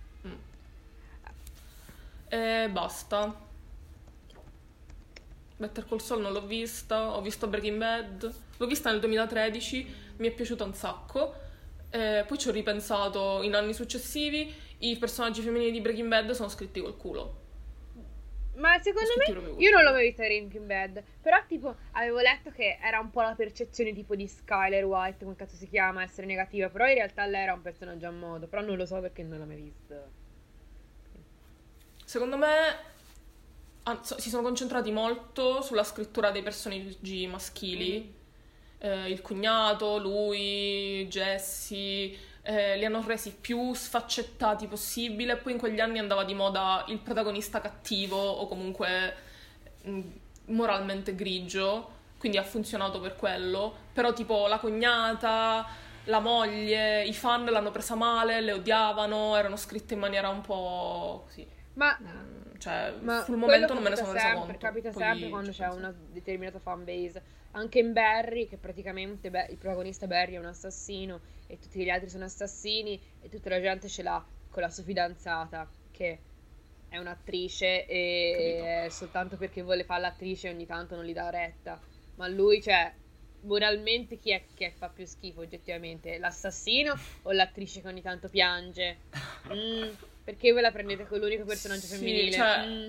S2: E basta. Better Call Saul non l'ho vista. Ho visto Breaking Bad. L'ho vista nel 2013, mi è piaciuta un sacco. Poi ci ho ripensato in anni successivi. I personaggi femminili di Breaking Bad sono scritti col culo.
S3: Ma secondo me, io non l'ho mai vista Breaking Bad, però tipo avevo letto che era un po' la percezione tipo di Skyler White, come cazzo si chiama, essere negativa, però in realtà lei era un personaggio a modo, però non lo so perché non l'ho mai visto.
S2: Secondo me si sono concentrati molto sulla scrittura dei personaggi maschili. Il cognato, lui, Jesse, li hanno resi più sfaccettati possibile. E poi in quegli anni andava di moda il protagonista cattivo o comunque moralmente grigio, quindi ha funzionato per quello. Però tipo la cognata, la moglie, i fan l'hanno presa male, le odiavano, erano scritte in maniera un po' così.
S3: Ma
S2: sul momento non me ne sono resa conto.
S3: Capita
S2: Poi
S3: sempre quando c'è una determinata fanbase. Anche in Barry, che praticamente il protagonista Barry è un assassino e tutti gli altri sono assassini e tutta la gente ce l'ha con la sua fidanzata che è un'attrice e soltanto perché vuole fare l'attrice ogni tanto non gli dà retta. Ma lui, cioè, moralmente chi è che fa più schifo oggettivamente? L'assassino o l'attrice che ogni tanto piange? Perché voi la prendete con l'unico personaggio femminile?
S2: Cioè,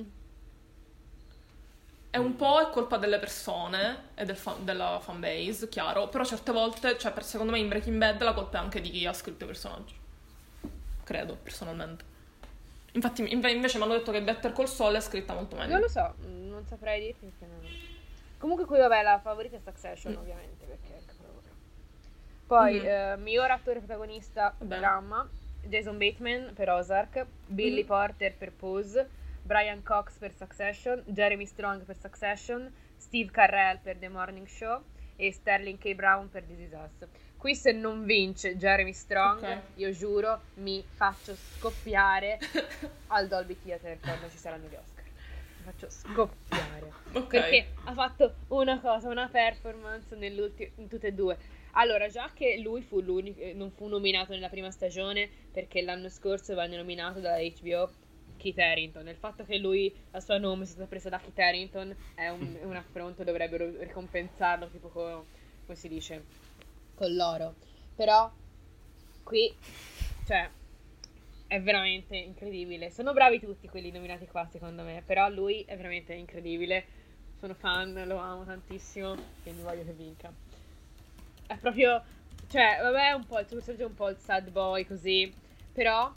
S2: è un po' è colpa delle persone e della fanbase, chiaro, però certe volte, cioè secondo me in Breaking Bad la colpa è anche di chi ha scritto i personaggi. Credo, personalmente. Infatti invece mi hanno detto che Better Call Saul è scritta molto meglio.
S3: Non lo so, non saprei dirti perché non... Comunque qui vabbè la favorita è Succession ovviamente perché è proprio. Poi miglior attore protagonista dramma, Jason Bateman per Ozark, Billy Porter per Pose, Brian Cox per Succession, Jeremy Strong per Succession, Steve Carell per The Morning Show e Sterling K. Brown per This Is Us. Qui se non vince Jeremy Strong, io giuro, mi faccio scoppiare al Dolby Theatre quando ci saranno gli Oscar. Mi faccio scoppiare. Perché ha fatto una cosa, una performance in tutte e due. Allora, già che lui fu l'unico, non fu nominato nella prima stagione perché l'anno scorso venne nominato dalla HBO Kit Harington. Il fatto che la sua nome sia stata presa da Kit Harington è un affronto, dovrebbero ricompensarlo tipo come si dice, con l'oro. Però qui, cioè, è veramente incredibile. Sono bravi tutti quelli nominati qua secondo me, però lui è veramente incredibile. Sono fan, lo amo tantissimo e mi voglio che vinca. È proprio, cioè, vabbè, un po' il suo personaggio è un po' il sad boy così, però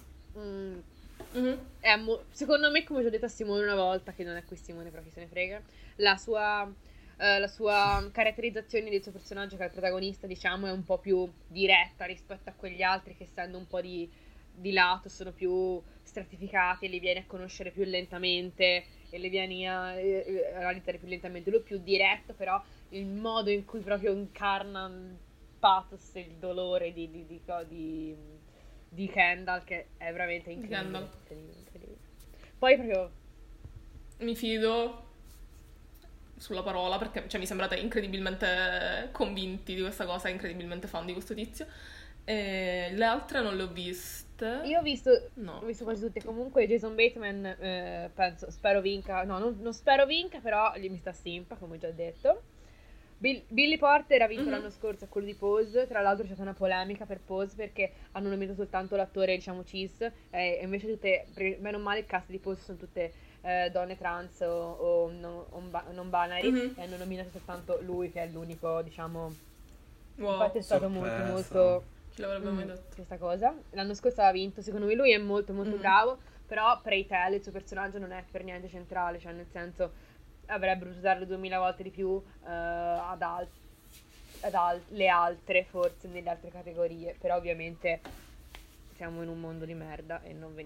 S3: secondo me, come ho già detto a Simone una volta, che non è qui Simone però chi se ne frega, la sua caratterizzazione del suo personaggio, che è il protagonista, diciamo, è un po' più diretta rispetto a quegli altri che, essendo un po' di lato, sono più stratificati e li vieni a conoscere più lentamente e li vieni a analizzare più lentamente. Lui è più diretto, però il modo in cui proprio incarna il pathos e il dolore di Kendall, che è veramente incredibile. Poi proprio
S2: mi fido sulla parola, perché cioè, mi sembrate incredibilmente convinti di questa cosa, incredibilmente fan di questo tizio. E le altre non le ho viste.
S3: Io ho visto quasi tutte. Comunque Jason Bateman spero vinca. No, non spero vinca, però mi sta simpa, come ho già detto. Billy Porter ha vinto l'anno scorso a quello di Pose. Tra l'altro c'è stata una polemica per Pose perché hanno nominato soltanto l'attore, diciamo, cis, e invece tutte, meno male, il cast di Pose sono tutte donne trans o non binary, e hanno nominato soltanto lui, che è l'unico, diciamo.
S2: Wow,
S3: infatti è stato molto
S2: chi l'avrebbe mai detto
S3: questa cosa. L'anno scorso aveva vinto, secondo me lui è molto bravo, però Prey Tell, il suo personaggio, non è per niente centrale, cioè nel senso avrebbero dovuto darlo 2000 volte di più ad le altre, forse nelle altre categorie, però ovviamente siamo in un mondo di merda e non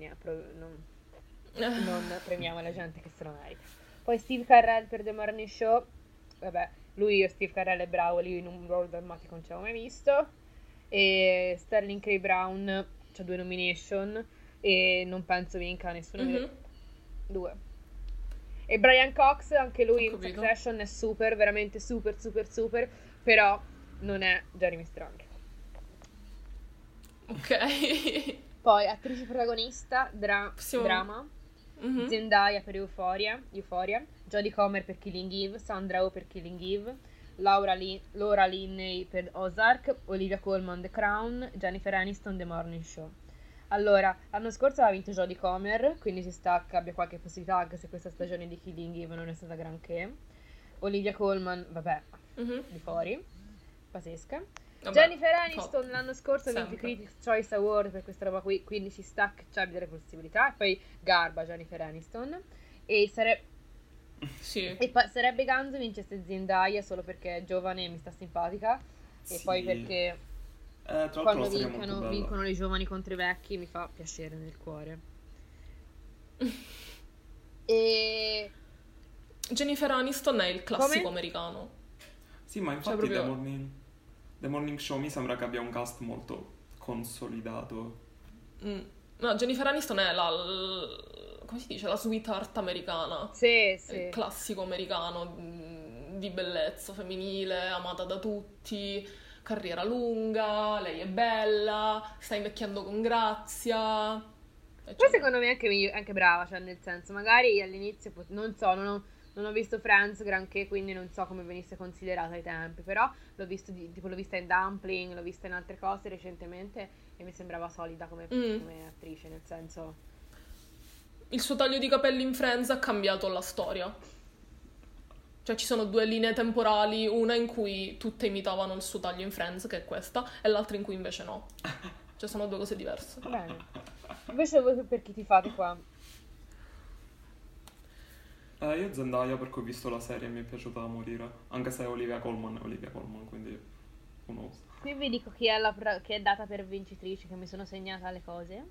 S3: premiamo la gente che se lo merita. Poi Steve Carell per The Morning Show, vabbè, Steve Carell è bravo, lì in un ruolo drammatico non ci avevo mai visto, e Sterling K. Brown c'ha 2 nomination e non penso vinca nessuno delle due. E Brian Cox, anche lui in Succession è super, veramente super, però non è Jeremy Strong.
S2: Ok.
S3: Poi attrice protagonista, drama, Zendaya per Euphoria, Jodie Comer per Killing Eve, Sandra Oh per Killing Eve, Laura Linney per Ozark, Olivia Colman The Crown, Jennifer Aniston The Morning Show. Allora, l'anno scorso aveva vinto Jodie Comer, quindi si sta che abbia qualche possibilità, anche se questa stagione di Killing Eve non è stata granché. Olivia Colman, vabbè, di fuori, pazzesca.
S2: Vabbè,
S3: Jennifer Aniston
S2: top.
S3: l'anno scorso ha vinto i
S2: Sempre.
S3: Critics' Choice Award per questa roba qui, quindi ci sta che c'è delle possibilità. E poi Garba, Jennifer Aniston. E
S2: Sì.
S3: sarebbe ganzo vincesse Zendaya solo perché è giovane e mi sta simpatica. E
S1: Sì.
S3: poi perché
S1: Tra l'altro
S3: quando
S1: la serie è molto bella.
S3: vincono le giovani contro i vecchi mi fa piacere nel cuore. E
S2: Jennifer Aniston è il classico
S3: Come?
S2: americano.
S1: Sì, ma infatti
S2: proprio-
S1: The Morning Show mi sembra che abbia un cast molto consolidato.
S2: No, Jennifer Aniston è come si dice? La sweetheart americana.
S3: sì,
S2: È
S3: sì.
S2: il classico americano di bellezza femminile, amata da tutti, carriera lunga, lei è bella, sta invecchiando con grazia.
S3: Poi
S2: eccetera.
S3: secondo me è anche brava, cioè nel senso, magari all'inizio, non so, non ho visto Friends granché, quindi non so come venisse considerata ai tempi, però l'ho vista in Dumpling, l'ho vista in altre cose recentemente e mi sembrava solida come attrice, nel senso...
S2: Il suo taglio di capelli in Friends ha cambiato la storia. Cioè ci sono due linee temporali, una in cui tutte imitavano il suo taglio in Friends, che è questa, e l'altra in cui invece no. Cioè sono due cose diverse.
S3: Bene. Invece voi per chi ti fate qua?
S1: Io Zendaya perché ho visto la serie e mi è piaciuta da morire. Anche se Olivia Colman, quindi who knows.
S3: Qui vi dico chi è, che è data per vincitrice, che mi sono segnata le cose.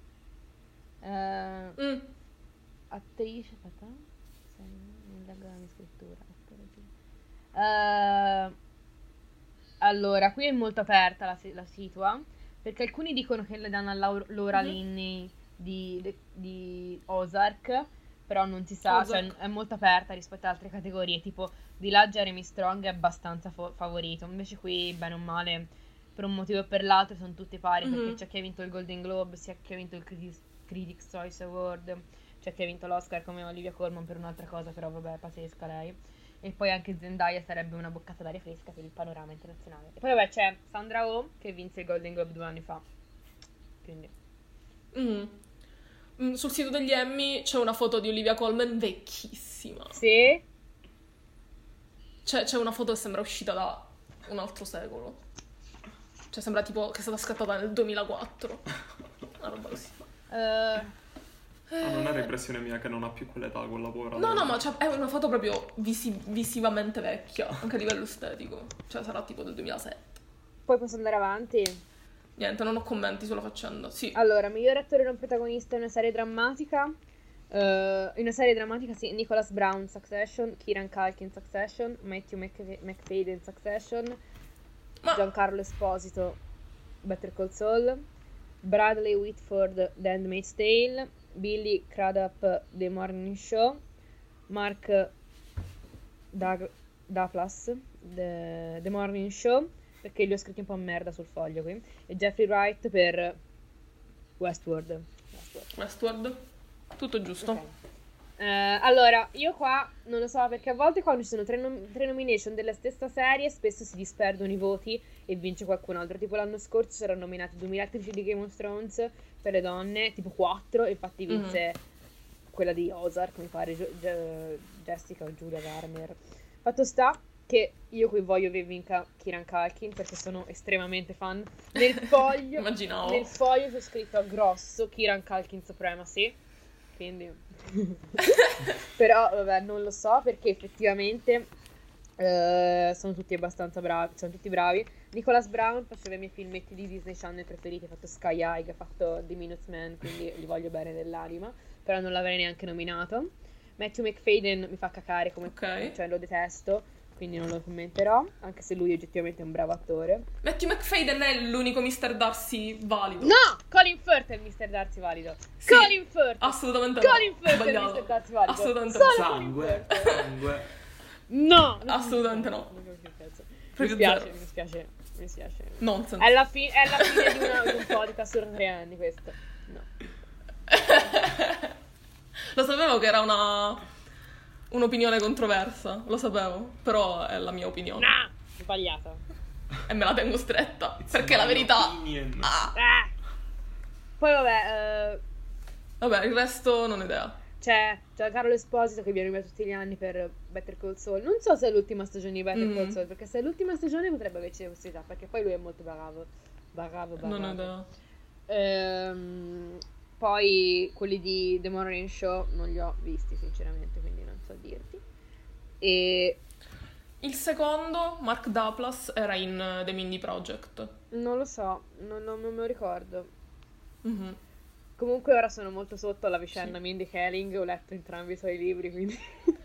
S3: Attrice, aspetta. Non leggo la mia scrittura. Allora, qui è molto aperta la situa, perché alcuni dicono che le danno a Laura Linney di Ozark, però non si sa, cioè
S2: Ozark.
S3: è molto aperta rispetto ad altre categorie, tipo di là Jeremy Strong è abbastanza favorito, invece qui bene o male per un motivo o per l'altro sono tutti pari, perché c'è chi ha vinto il Golden Globe, sia chi ha vinto il Critics' Choice Award, c'è chi ha vinto l'Oscar come Olivia Colman per un'altra cosa, però vabbè, pazzesca lei. E poi anche Zendaya sarebbe una boccata d'aria fresca per il panorama internazionale. E poi vabbè c'è Sandra Oh che vinse il Golden Globe 2 anni fa. Quindi
S2: Sul sito degli Emmy c'è una foto di Olivia Colman vecchissima.
S3: sì,
S2: C'è una foto che sembra uscita da un altro secolo. Cioè sembra tipo che è stata scattata nel 2004. Una roba così.
S1: Non era impressione mia che non ha più quell'età, quella povera.
S2: No, ma è una foto proprio visivamente vecchia, anche a livello estetico. Cioè sarà tipo del 2007.
S3: poi posso andare avanti.
S2: Niente, non ho commenti sulla faccenda. Sì.
S3: Allora, miglior attore non protagonista in una serie drammatica. In una serie drammatica sì, Nicholas Brown Succession, Kieran Culkin Succession, Matthew McFadyen Succession,
S2: Ma
S3: Giancarlo Esposito Better Call Saul, Bradley Whitford The Handmaid's Tale, Billy Crudup The Morning Show, Mark Duplass The Morning Show, perché li ho scritti un po' a merda sul foglio qui, e Jeffrey Wright per Westworld.
S2: Westworld, tutto giusto.
S3: Ok. Allora, io qua non lo so, perché a volte quando ci sono tre nomination della stessa serie spesso si disperdono i voti e vince qualcun altro. Tipo l'anno scorso c'erano nominati 2000 attrici di Game of Thrones per le donne, tipo 4, e infatti vinse quella di Ozark, mi pare, Jessica o Julia Garner. Fatto sta che io qui voglio che vinca Kieran Culkin perché sono estremamente fan. Nel foglio
S2: Immaginavo.
S3: Nel foglio c'è scritto a grosso Kieran Culkin Supremacy, quindi però vabbè, non lo so perché effettivamente sono tutti abbastanza bravi, sono tutti bravi. Nicholas Brown faceva i miei filmetti di Disney Channel preferiti, ha fatto Sky High, ha fatto The Minutemen, quindi li voglio bene dell'anima, però non l'avrei neanche nominato. Matthew McFadyen mi fa cacare come
S2: Ok.
S3: cioè lo detesto, quindi non lo commenterò, anche se lui oggettivamente è un bravo attore.
S2: Matthew McFadyen è l'unico Mr. Darcy valido.
S3: No! Colin Firth è il Mr. Darcy valido.
S2: Sì,
S3: Colin Firth!
S2: assolutamente no.
S3: Colin Firth è il
S2: Sbagliato.
S3: Mr. Darcy valido.
S2: Assolutamente
S3: Solo
S2: no.
S3: Colin
S1: Sangue,
S3: Firth.
S1: sangue.
S3: No!
S2: Assolutamente no.
S3: Non capisco il cazzo. Mi
S2: Proprio
S3: spiace,
S2: zero.
S3: mi spiace.
S2: Nonsense.
S3: È la fine di un podcast sur 3 anni questo. No.
S2: Lo sapevo che era un'opinione controversa, lo sapevo, però è la mia opinione.
S3: No! Sbagliata.
S2: E me la tengo stretta,
S1: It's
S2: perché la
S1: my
S2: verità...
S1: opinion.
S2: Ah!
S3: Poi vabbè,
S2: Vabbè, il resto non ho idea.
S3: c'è Giancarlo Esposito che viene via tutti gli anni per Better Call Saul. Non so se è l'ultima stagione di Better Call Saul, perché se è l'ultima stagione potrebbe averci le possibilità, perché poi lui è molto bravo.
S2: Non ho idea.
S3: Poi quelli di The Morning Show non li ho visti sinceramente, quindi non so dirti. E
S2: Il secondo, Mark Duplass, era in The Mindy Project.
S3: non lo so, non me lo ricordo.
S2: Mhm.
S3: Comunque ora sono molto sotto alla vicenda
S2: Sì.
S3: Mindy Kaling, ho letto entrambi i suoi libri, quindi...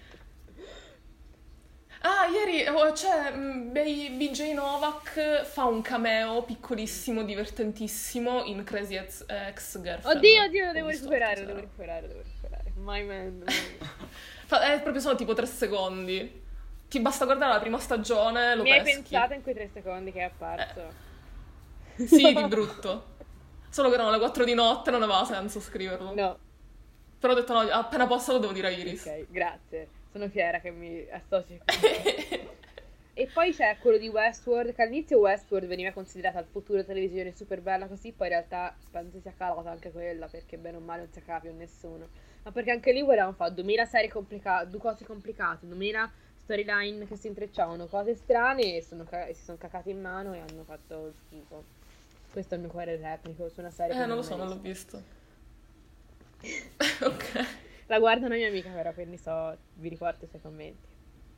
S2: Ah, ieri c'è BJ Novak fa un cameo piccolissimo, divertentissimo in Crazy Ex-Girlfriend.
S3: Oddio, lo
S2: Ho
S3: devo
S2: visto
S3: recuperare,
S2: cos'era.
S3: devo recuperare. My man.
S2: Proprio sono tipo 3 secondi. Ti basta guardare la prima stagione, lo
S3: Mi hai
S2: peschi.
S3: pensato in quei 3 secondi che è apparso?
S2: Sì, di brutto. Solo che erano le 4 di notte, non aveva senso scriverlo.
S3: No,
S2: Però ho detto no, appena posso lo devo dire a Iris.
S3: ok, grazie. Sono fiera che mi associ con te. E poi c'è quello di Westworld, che all'inizio Westworld veniva considerata il futuro televisione super bella così, poi in realtà penso sia calata anche quella, perché bene o male non si accade più a nessuno. Ma perché anche lì volevano fare 2000 serie complicate, 2 cose complicate, 2000 storyline che si intrecciavano, cose strane, e si sono cacati in mano e hanno fatto schifo. Questo è il mio cuore replico su una serie che
S2: Non lo
S3: ho
S2: so,
S3: mai
S2: non l'ho
S3: visto.
S2: visto. Ok.
S3: La guarda una mia amica però, quindi vi riporto i suoi commenti.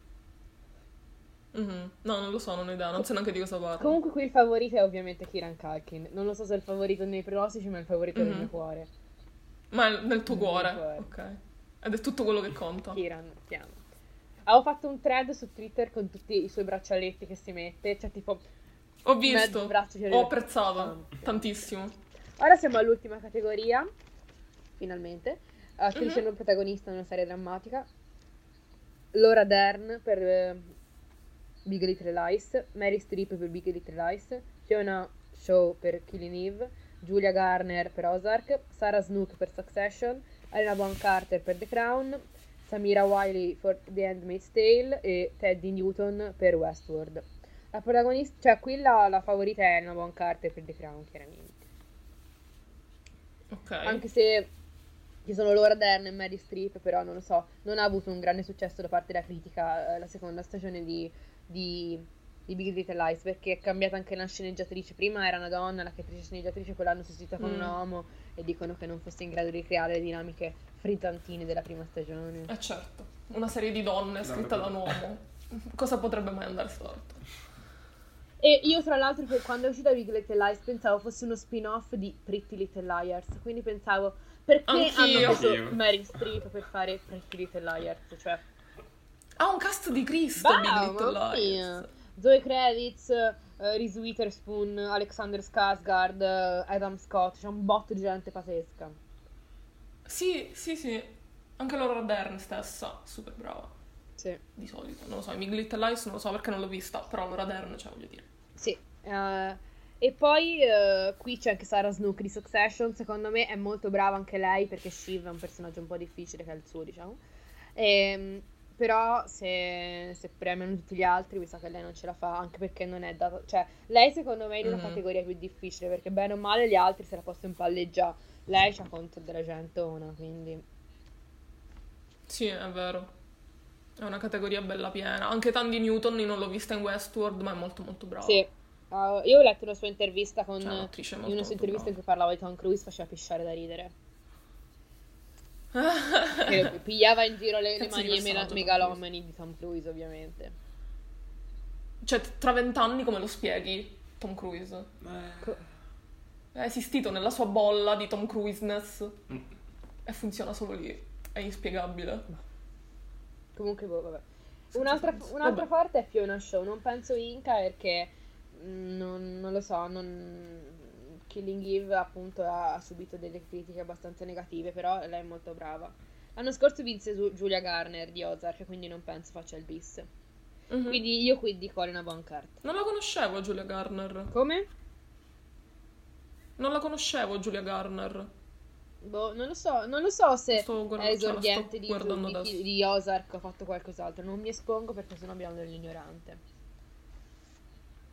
S2: Mhm. No, non lo so, non ho idea, non so neanche di cosa parlo.
S3: Comunque qui il favorito è ovviamente Kieran Culkin. Non lo so se è il favorito nei pronostici, ma è il favorito del
S2: Mhm.
S3: mio cuore.
S2: Ma è nel tuo
S3: Nel mio
S2: cuore,
S3: cuore.
S2: ok. Ed è tutto quello che conta.
S3: Kieran, ti amo. Avevo fatto un thread su Twitter con tutti i suoi braccialetti che si mette, cioè tipo
S2: Ho
S3: mezzo
S2: visto,
S3: braccio che
S2: ho apprezzato
S3: Tanto.
S2: tantissimo.
S3: Ora siamo all'ultima categoria, finalmente. Attrice non protagonista in una serie drammatica. Laura Dern per Big Little Lies, Mary Streep per Big Little Lies, Fiona Shaw per Killing Eve, Julia Garner per Ozark, Sarah Snook per Succession, Helena Bonham Carter per The Crown, Samira Wiley per The Handmaid's Tale e Teddy Newton per Westworld. La protagonista, cioè qui la favorita è Helena Bonham Carter per The Crown, chiaramente.
S2: Ok.
S3: Anche se ci sono Laura Dern e Mary Streep, però non lo so, non ha avuto un grande successo da parte della critica la seconda stagione di Big Little Lies, perché è cambiata anche la sceneggiatrice. Prima era una donna, la cattrice sceneggiatrice, poi l'hanno sostituita con un uomo e dicono che non fosse in grado di creare le dinamiche frizzantine della prima stagione.
S2: Certo, una serie di donne scritta da un uomo. Cosa potrebbe mai andare storto?
S3: E io tra l'altro quando è uscita Big Little Lies pensavo fosse uno spin-off di Pretty Little Liars, quindi pensavo perché
S2: Anch'io.
S3: hanno preso
S1: Anch'io.
S3: Mary Streep per fare Pretty Little Liars, cioè
S2: Ha un cast di Cristo, Big Little
S3: mamma
S2: Lies.
S3: mia. Zoe Kravitz, Reese Witherspoon, Alexander Skarsgård, Adam Scott, c'è un botto di gente pazzesca.
S2: Sì. Anche Laura Dern stessa, super brava.
S3: Sì.
S2: Di solito, non lo so, i Big Little Lies non lo so perché non l'ho vista, però Laura Dern, cioè voglio dire.
S3: Sì. E poi qui c'è anche Sarah Snook di Succession, secondo me è molto brava anche lei perché Shiv è un personaggio un po' difficile che è il suo, diciamo. Però se premiano tutti gli altri mi sa che lei non ce la fa, anche perché non è data, cioè lei secondo me è in una categoria più difficile perché bene o male gli altri se la possono impalleggiare, lei c'ha conto della gentona, quindi
S2: Sì, è vero. È una categoria bella piena. Anche Tandy Newton io non l'ho vista in Westworld, ma è molto molto brava.
S3: sì. Io ho letto una sua intervista con
S2: Cioè, un'attrice
S3: in
S2: molto,
S3: una sua
S2: molto
S3: intervista in
S2: brava.
S3: cui parlava di Tom Cruise, faceva pisciare da ridere. Che pigliava in giro le
S2: Cazzo di
S3: manie
S2: personaggio,
S3: megalomani di Tom Cruise, ovviamente.
S2: Cioè, tra 20 anni come lo spieghi, Tom Cruise? È esistito nella sua bolla di Tom Cruise-ness e funziona solo lì. È inspiegabile.
S3: Comunque, vabbè.
S2: Senza
S3: Un'altra
S2: senso.
S3: un'altra
S2: Vabbè.
S3: forte è Fiona Shaw, non penso vinca perché non lo so, Killing Eve appunto ha subito delle critiche abbastanza negative, però lei è molto brava. L'anno scorso vinse Julia Garner di Ozark, quindi non penso faccia il bis.
S2: Mhm.
S3: Quindi io qui dico Helena Bonham Carter.
S2: Non la conoscevo Julia Garner.
S3: Come?
S2: Non la conoscevo Julia Garner.
S3: Boh, non lo so se
S2: Sto guardando-
S3: è
S2: cioè, la sto
S3: esordiente
S2: guardando adesso.
S3: di Ozark o ha fatto qualcos'altro. Non mi espongo perché sennò abbiamo dell'ignorante.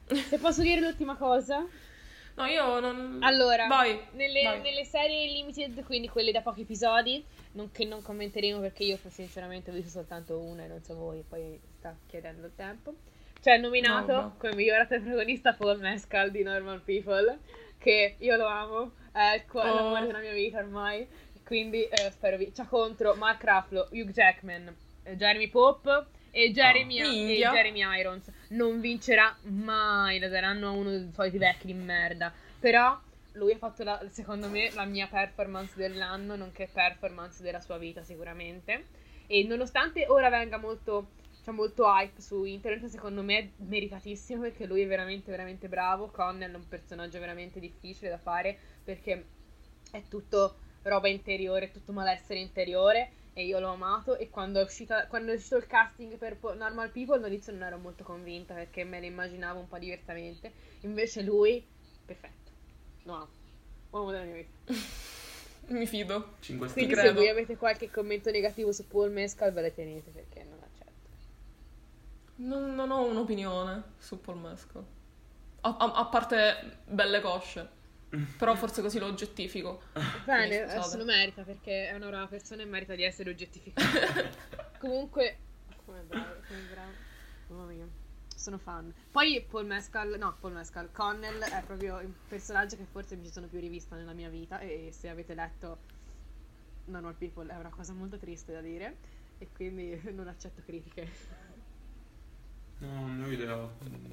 S3: Se posso dire l'ultima cosa?
S2: No, io non...
S3: Allora,
S2: Vai, vai.
S3: nelle serie limited, quindi quelle da pochi episodi, che non commenteremo perché io sinceramente ho visto soltanto una e non so voi, poi sta chiedendo il tempo. Cioè, nominato
S2: No,
S3: come miglior attore protagonista Paul Mescal di Normal People, che io lo amo, è l'amore della mia vita ormai, quindi spero c'ha contro Mark Ruffalo, Hugh Jackman, Jeremy Pope e
S2: Minchia.
S3: Jeremy Irons. Non vincerà mai, la daranno a uno dei soliti vecchi di merda. Però lui ha fatto, secondo me, la mia performance dell'anno, nonché performance della sua vita sicuramente. E nonostante ora venga molto, c'è molto hype su internet, secondo me è meritatissimo perché lui è veramente, veramente bravo. Connell è un personaggio veramente difficile da fare perché è tutto roba interiore, tutto malessere interiore e io l'ho amato e quando è uscito il casting per Normal People all'inizio non ero molto convinta perché me lo immaginavo un po' diversamente, invece lui, perfetto, no, uomo della mia vita.
S2: Mi fido.
S1: 5
S3: Quindi
S1: stelle.
S3: se voi avete qualche commento negativo su Paul Mescal ve le tenete perché non accetto.
S2: Non ho un'opinione su Paul Mescal. A parte belle cosce. Però forse così lo oggettifico.
S3: Bene,
S2: Quindi, scusate.
S3: se lo merita perché è una brava persona e merita di essere oggettificata. Comunque, come bravo, mamma mia, sono fan. Poi Paul Mescal, Connell è proprio il personaggio che forse mi ci sono più rivista nella mia vita e se avete letto Normal People è una cosa molto triste da dire e quindi non accetto critiche.
S1: No, non ho idea.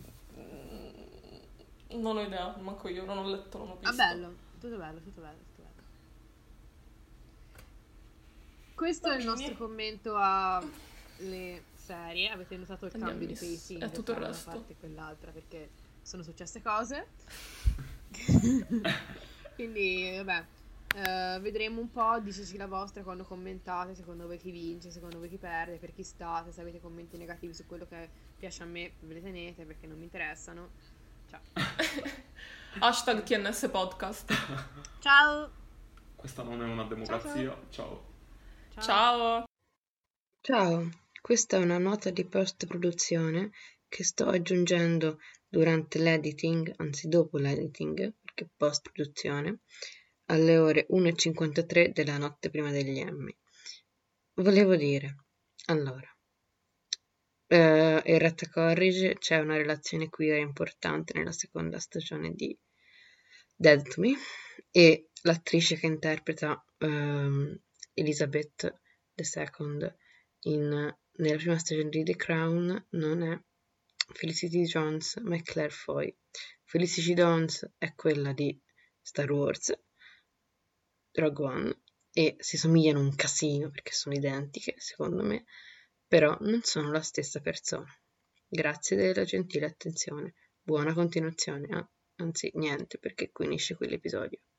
S2: Non ho idea, manco io, non ho letto, non ho visto.
S3: Bello, tutto bello. Questo è il nostro commento alle serie. Avete notato il cambio di pacing
S2: e tutto il
S3: tra
S2: resto.
S3: una parte e quell'altra perché sono successe cose. Quindi, vabbè, vedremo un po', diteci la vostra quando commentate, secondo voi chi vince, secondo voi chi perde, per chi state, se avete commenti negativi su quello che piace a me ve le tenete perché non mi interessano. Ciao.
S2: Hashtag TNS Podcast.
S3: Ciao.
S1: Questa non è una democrazia. Ciao.
S2: Ciao.
S4: Ciao, questa è una nota di post-produzione che sto aggiungendo durante l'editing, anzi dopo l'editing, perché post-produzione, alle ore 1:53 della notte prima degli Emmy. Volevo dire, allora, errata corrige, c'è una relazione queer importante nella seconda stagione di Dead to Me e l'attrice che interpreta Elizabeth II nella prima stagione di The Crown non è Felicity Jones ma è Claire Foy. Felicity Jones è quella di Star Wars Rogue One e si somigliano un casino perché sono identiche secondo me, però non sono la stessa persona. Grazie della gentile attenzione, buona continuazione, anzi niente perché qui finisce quell'episodio.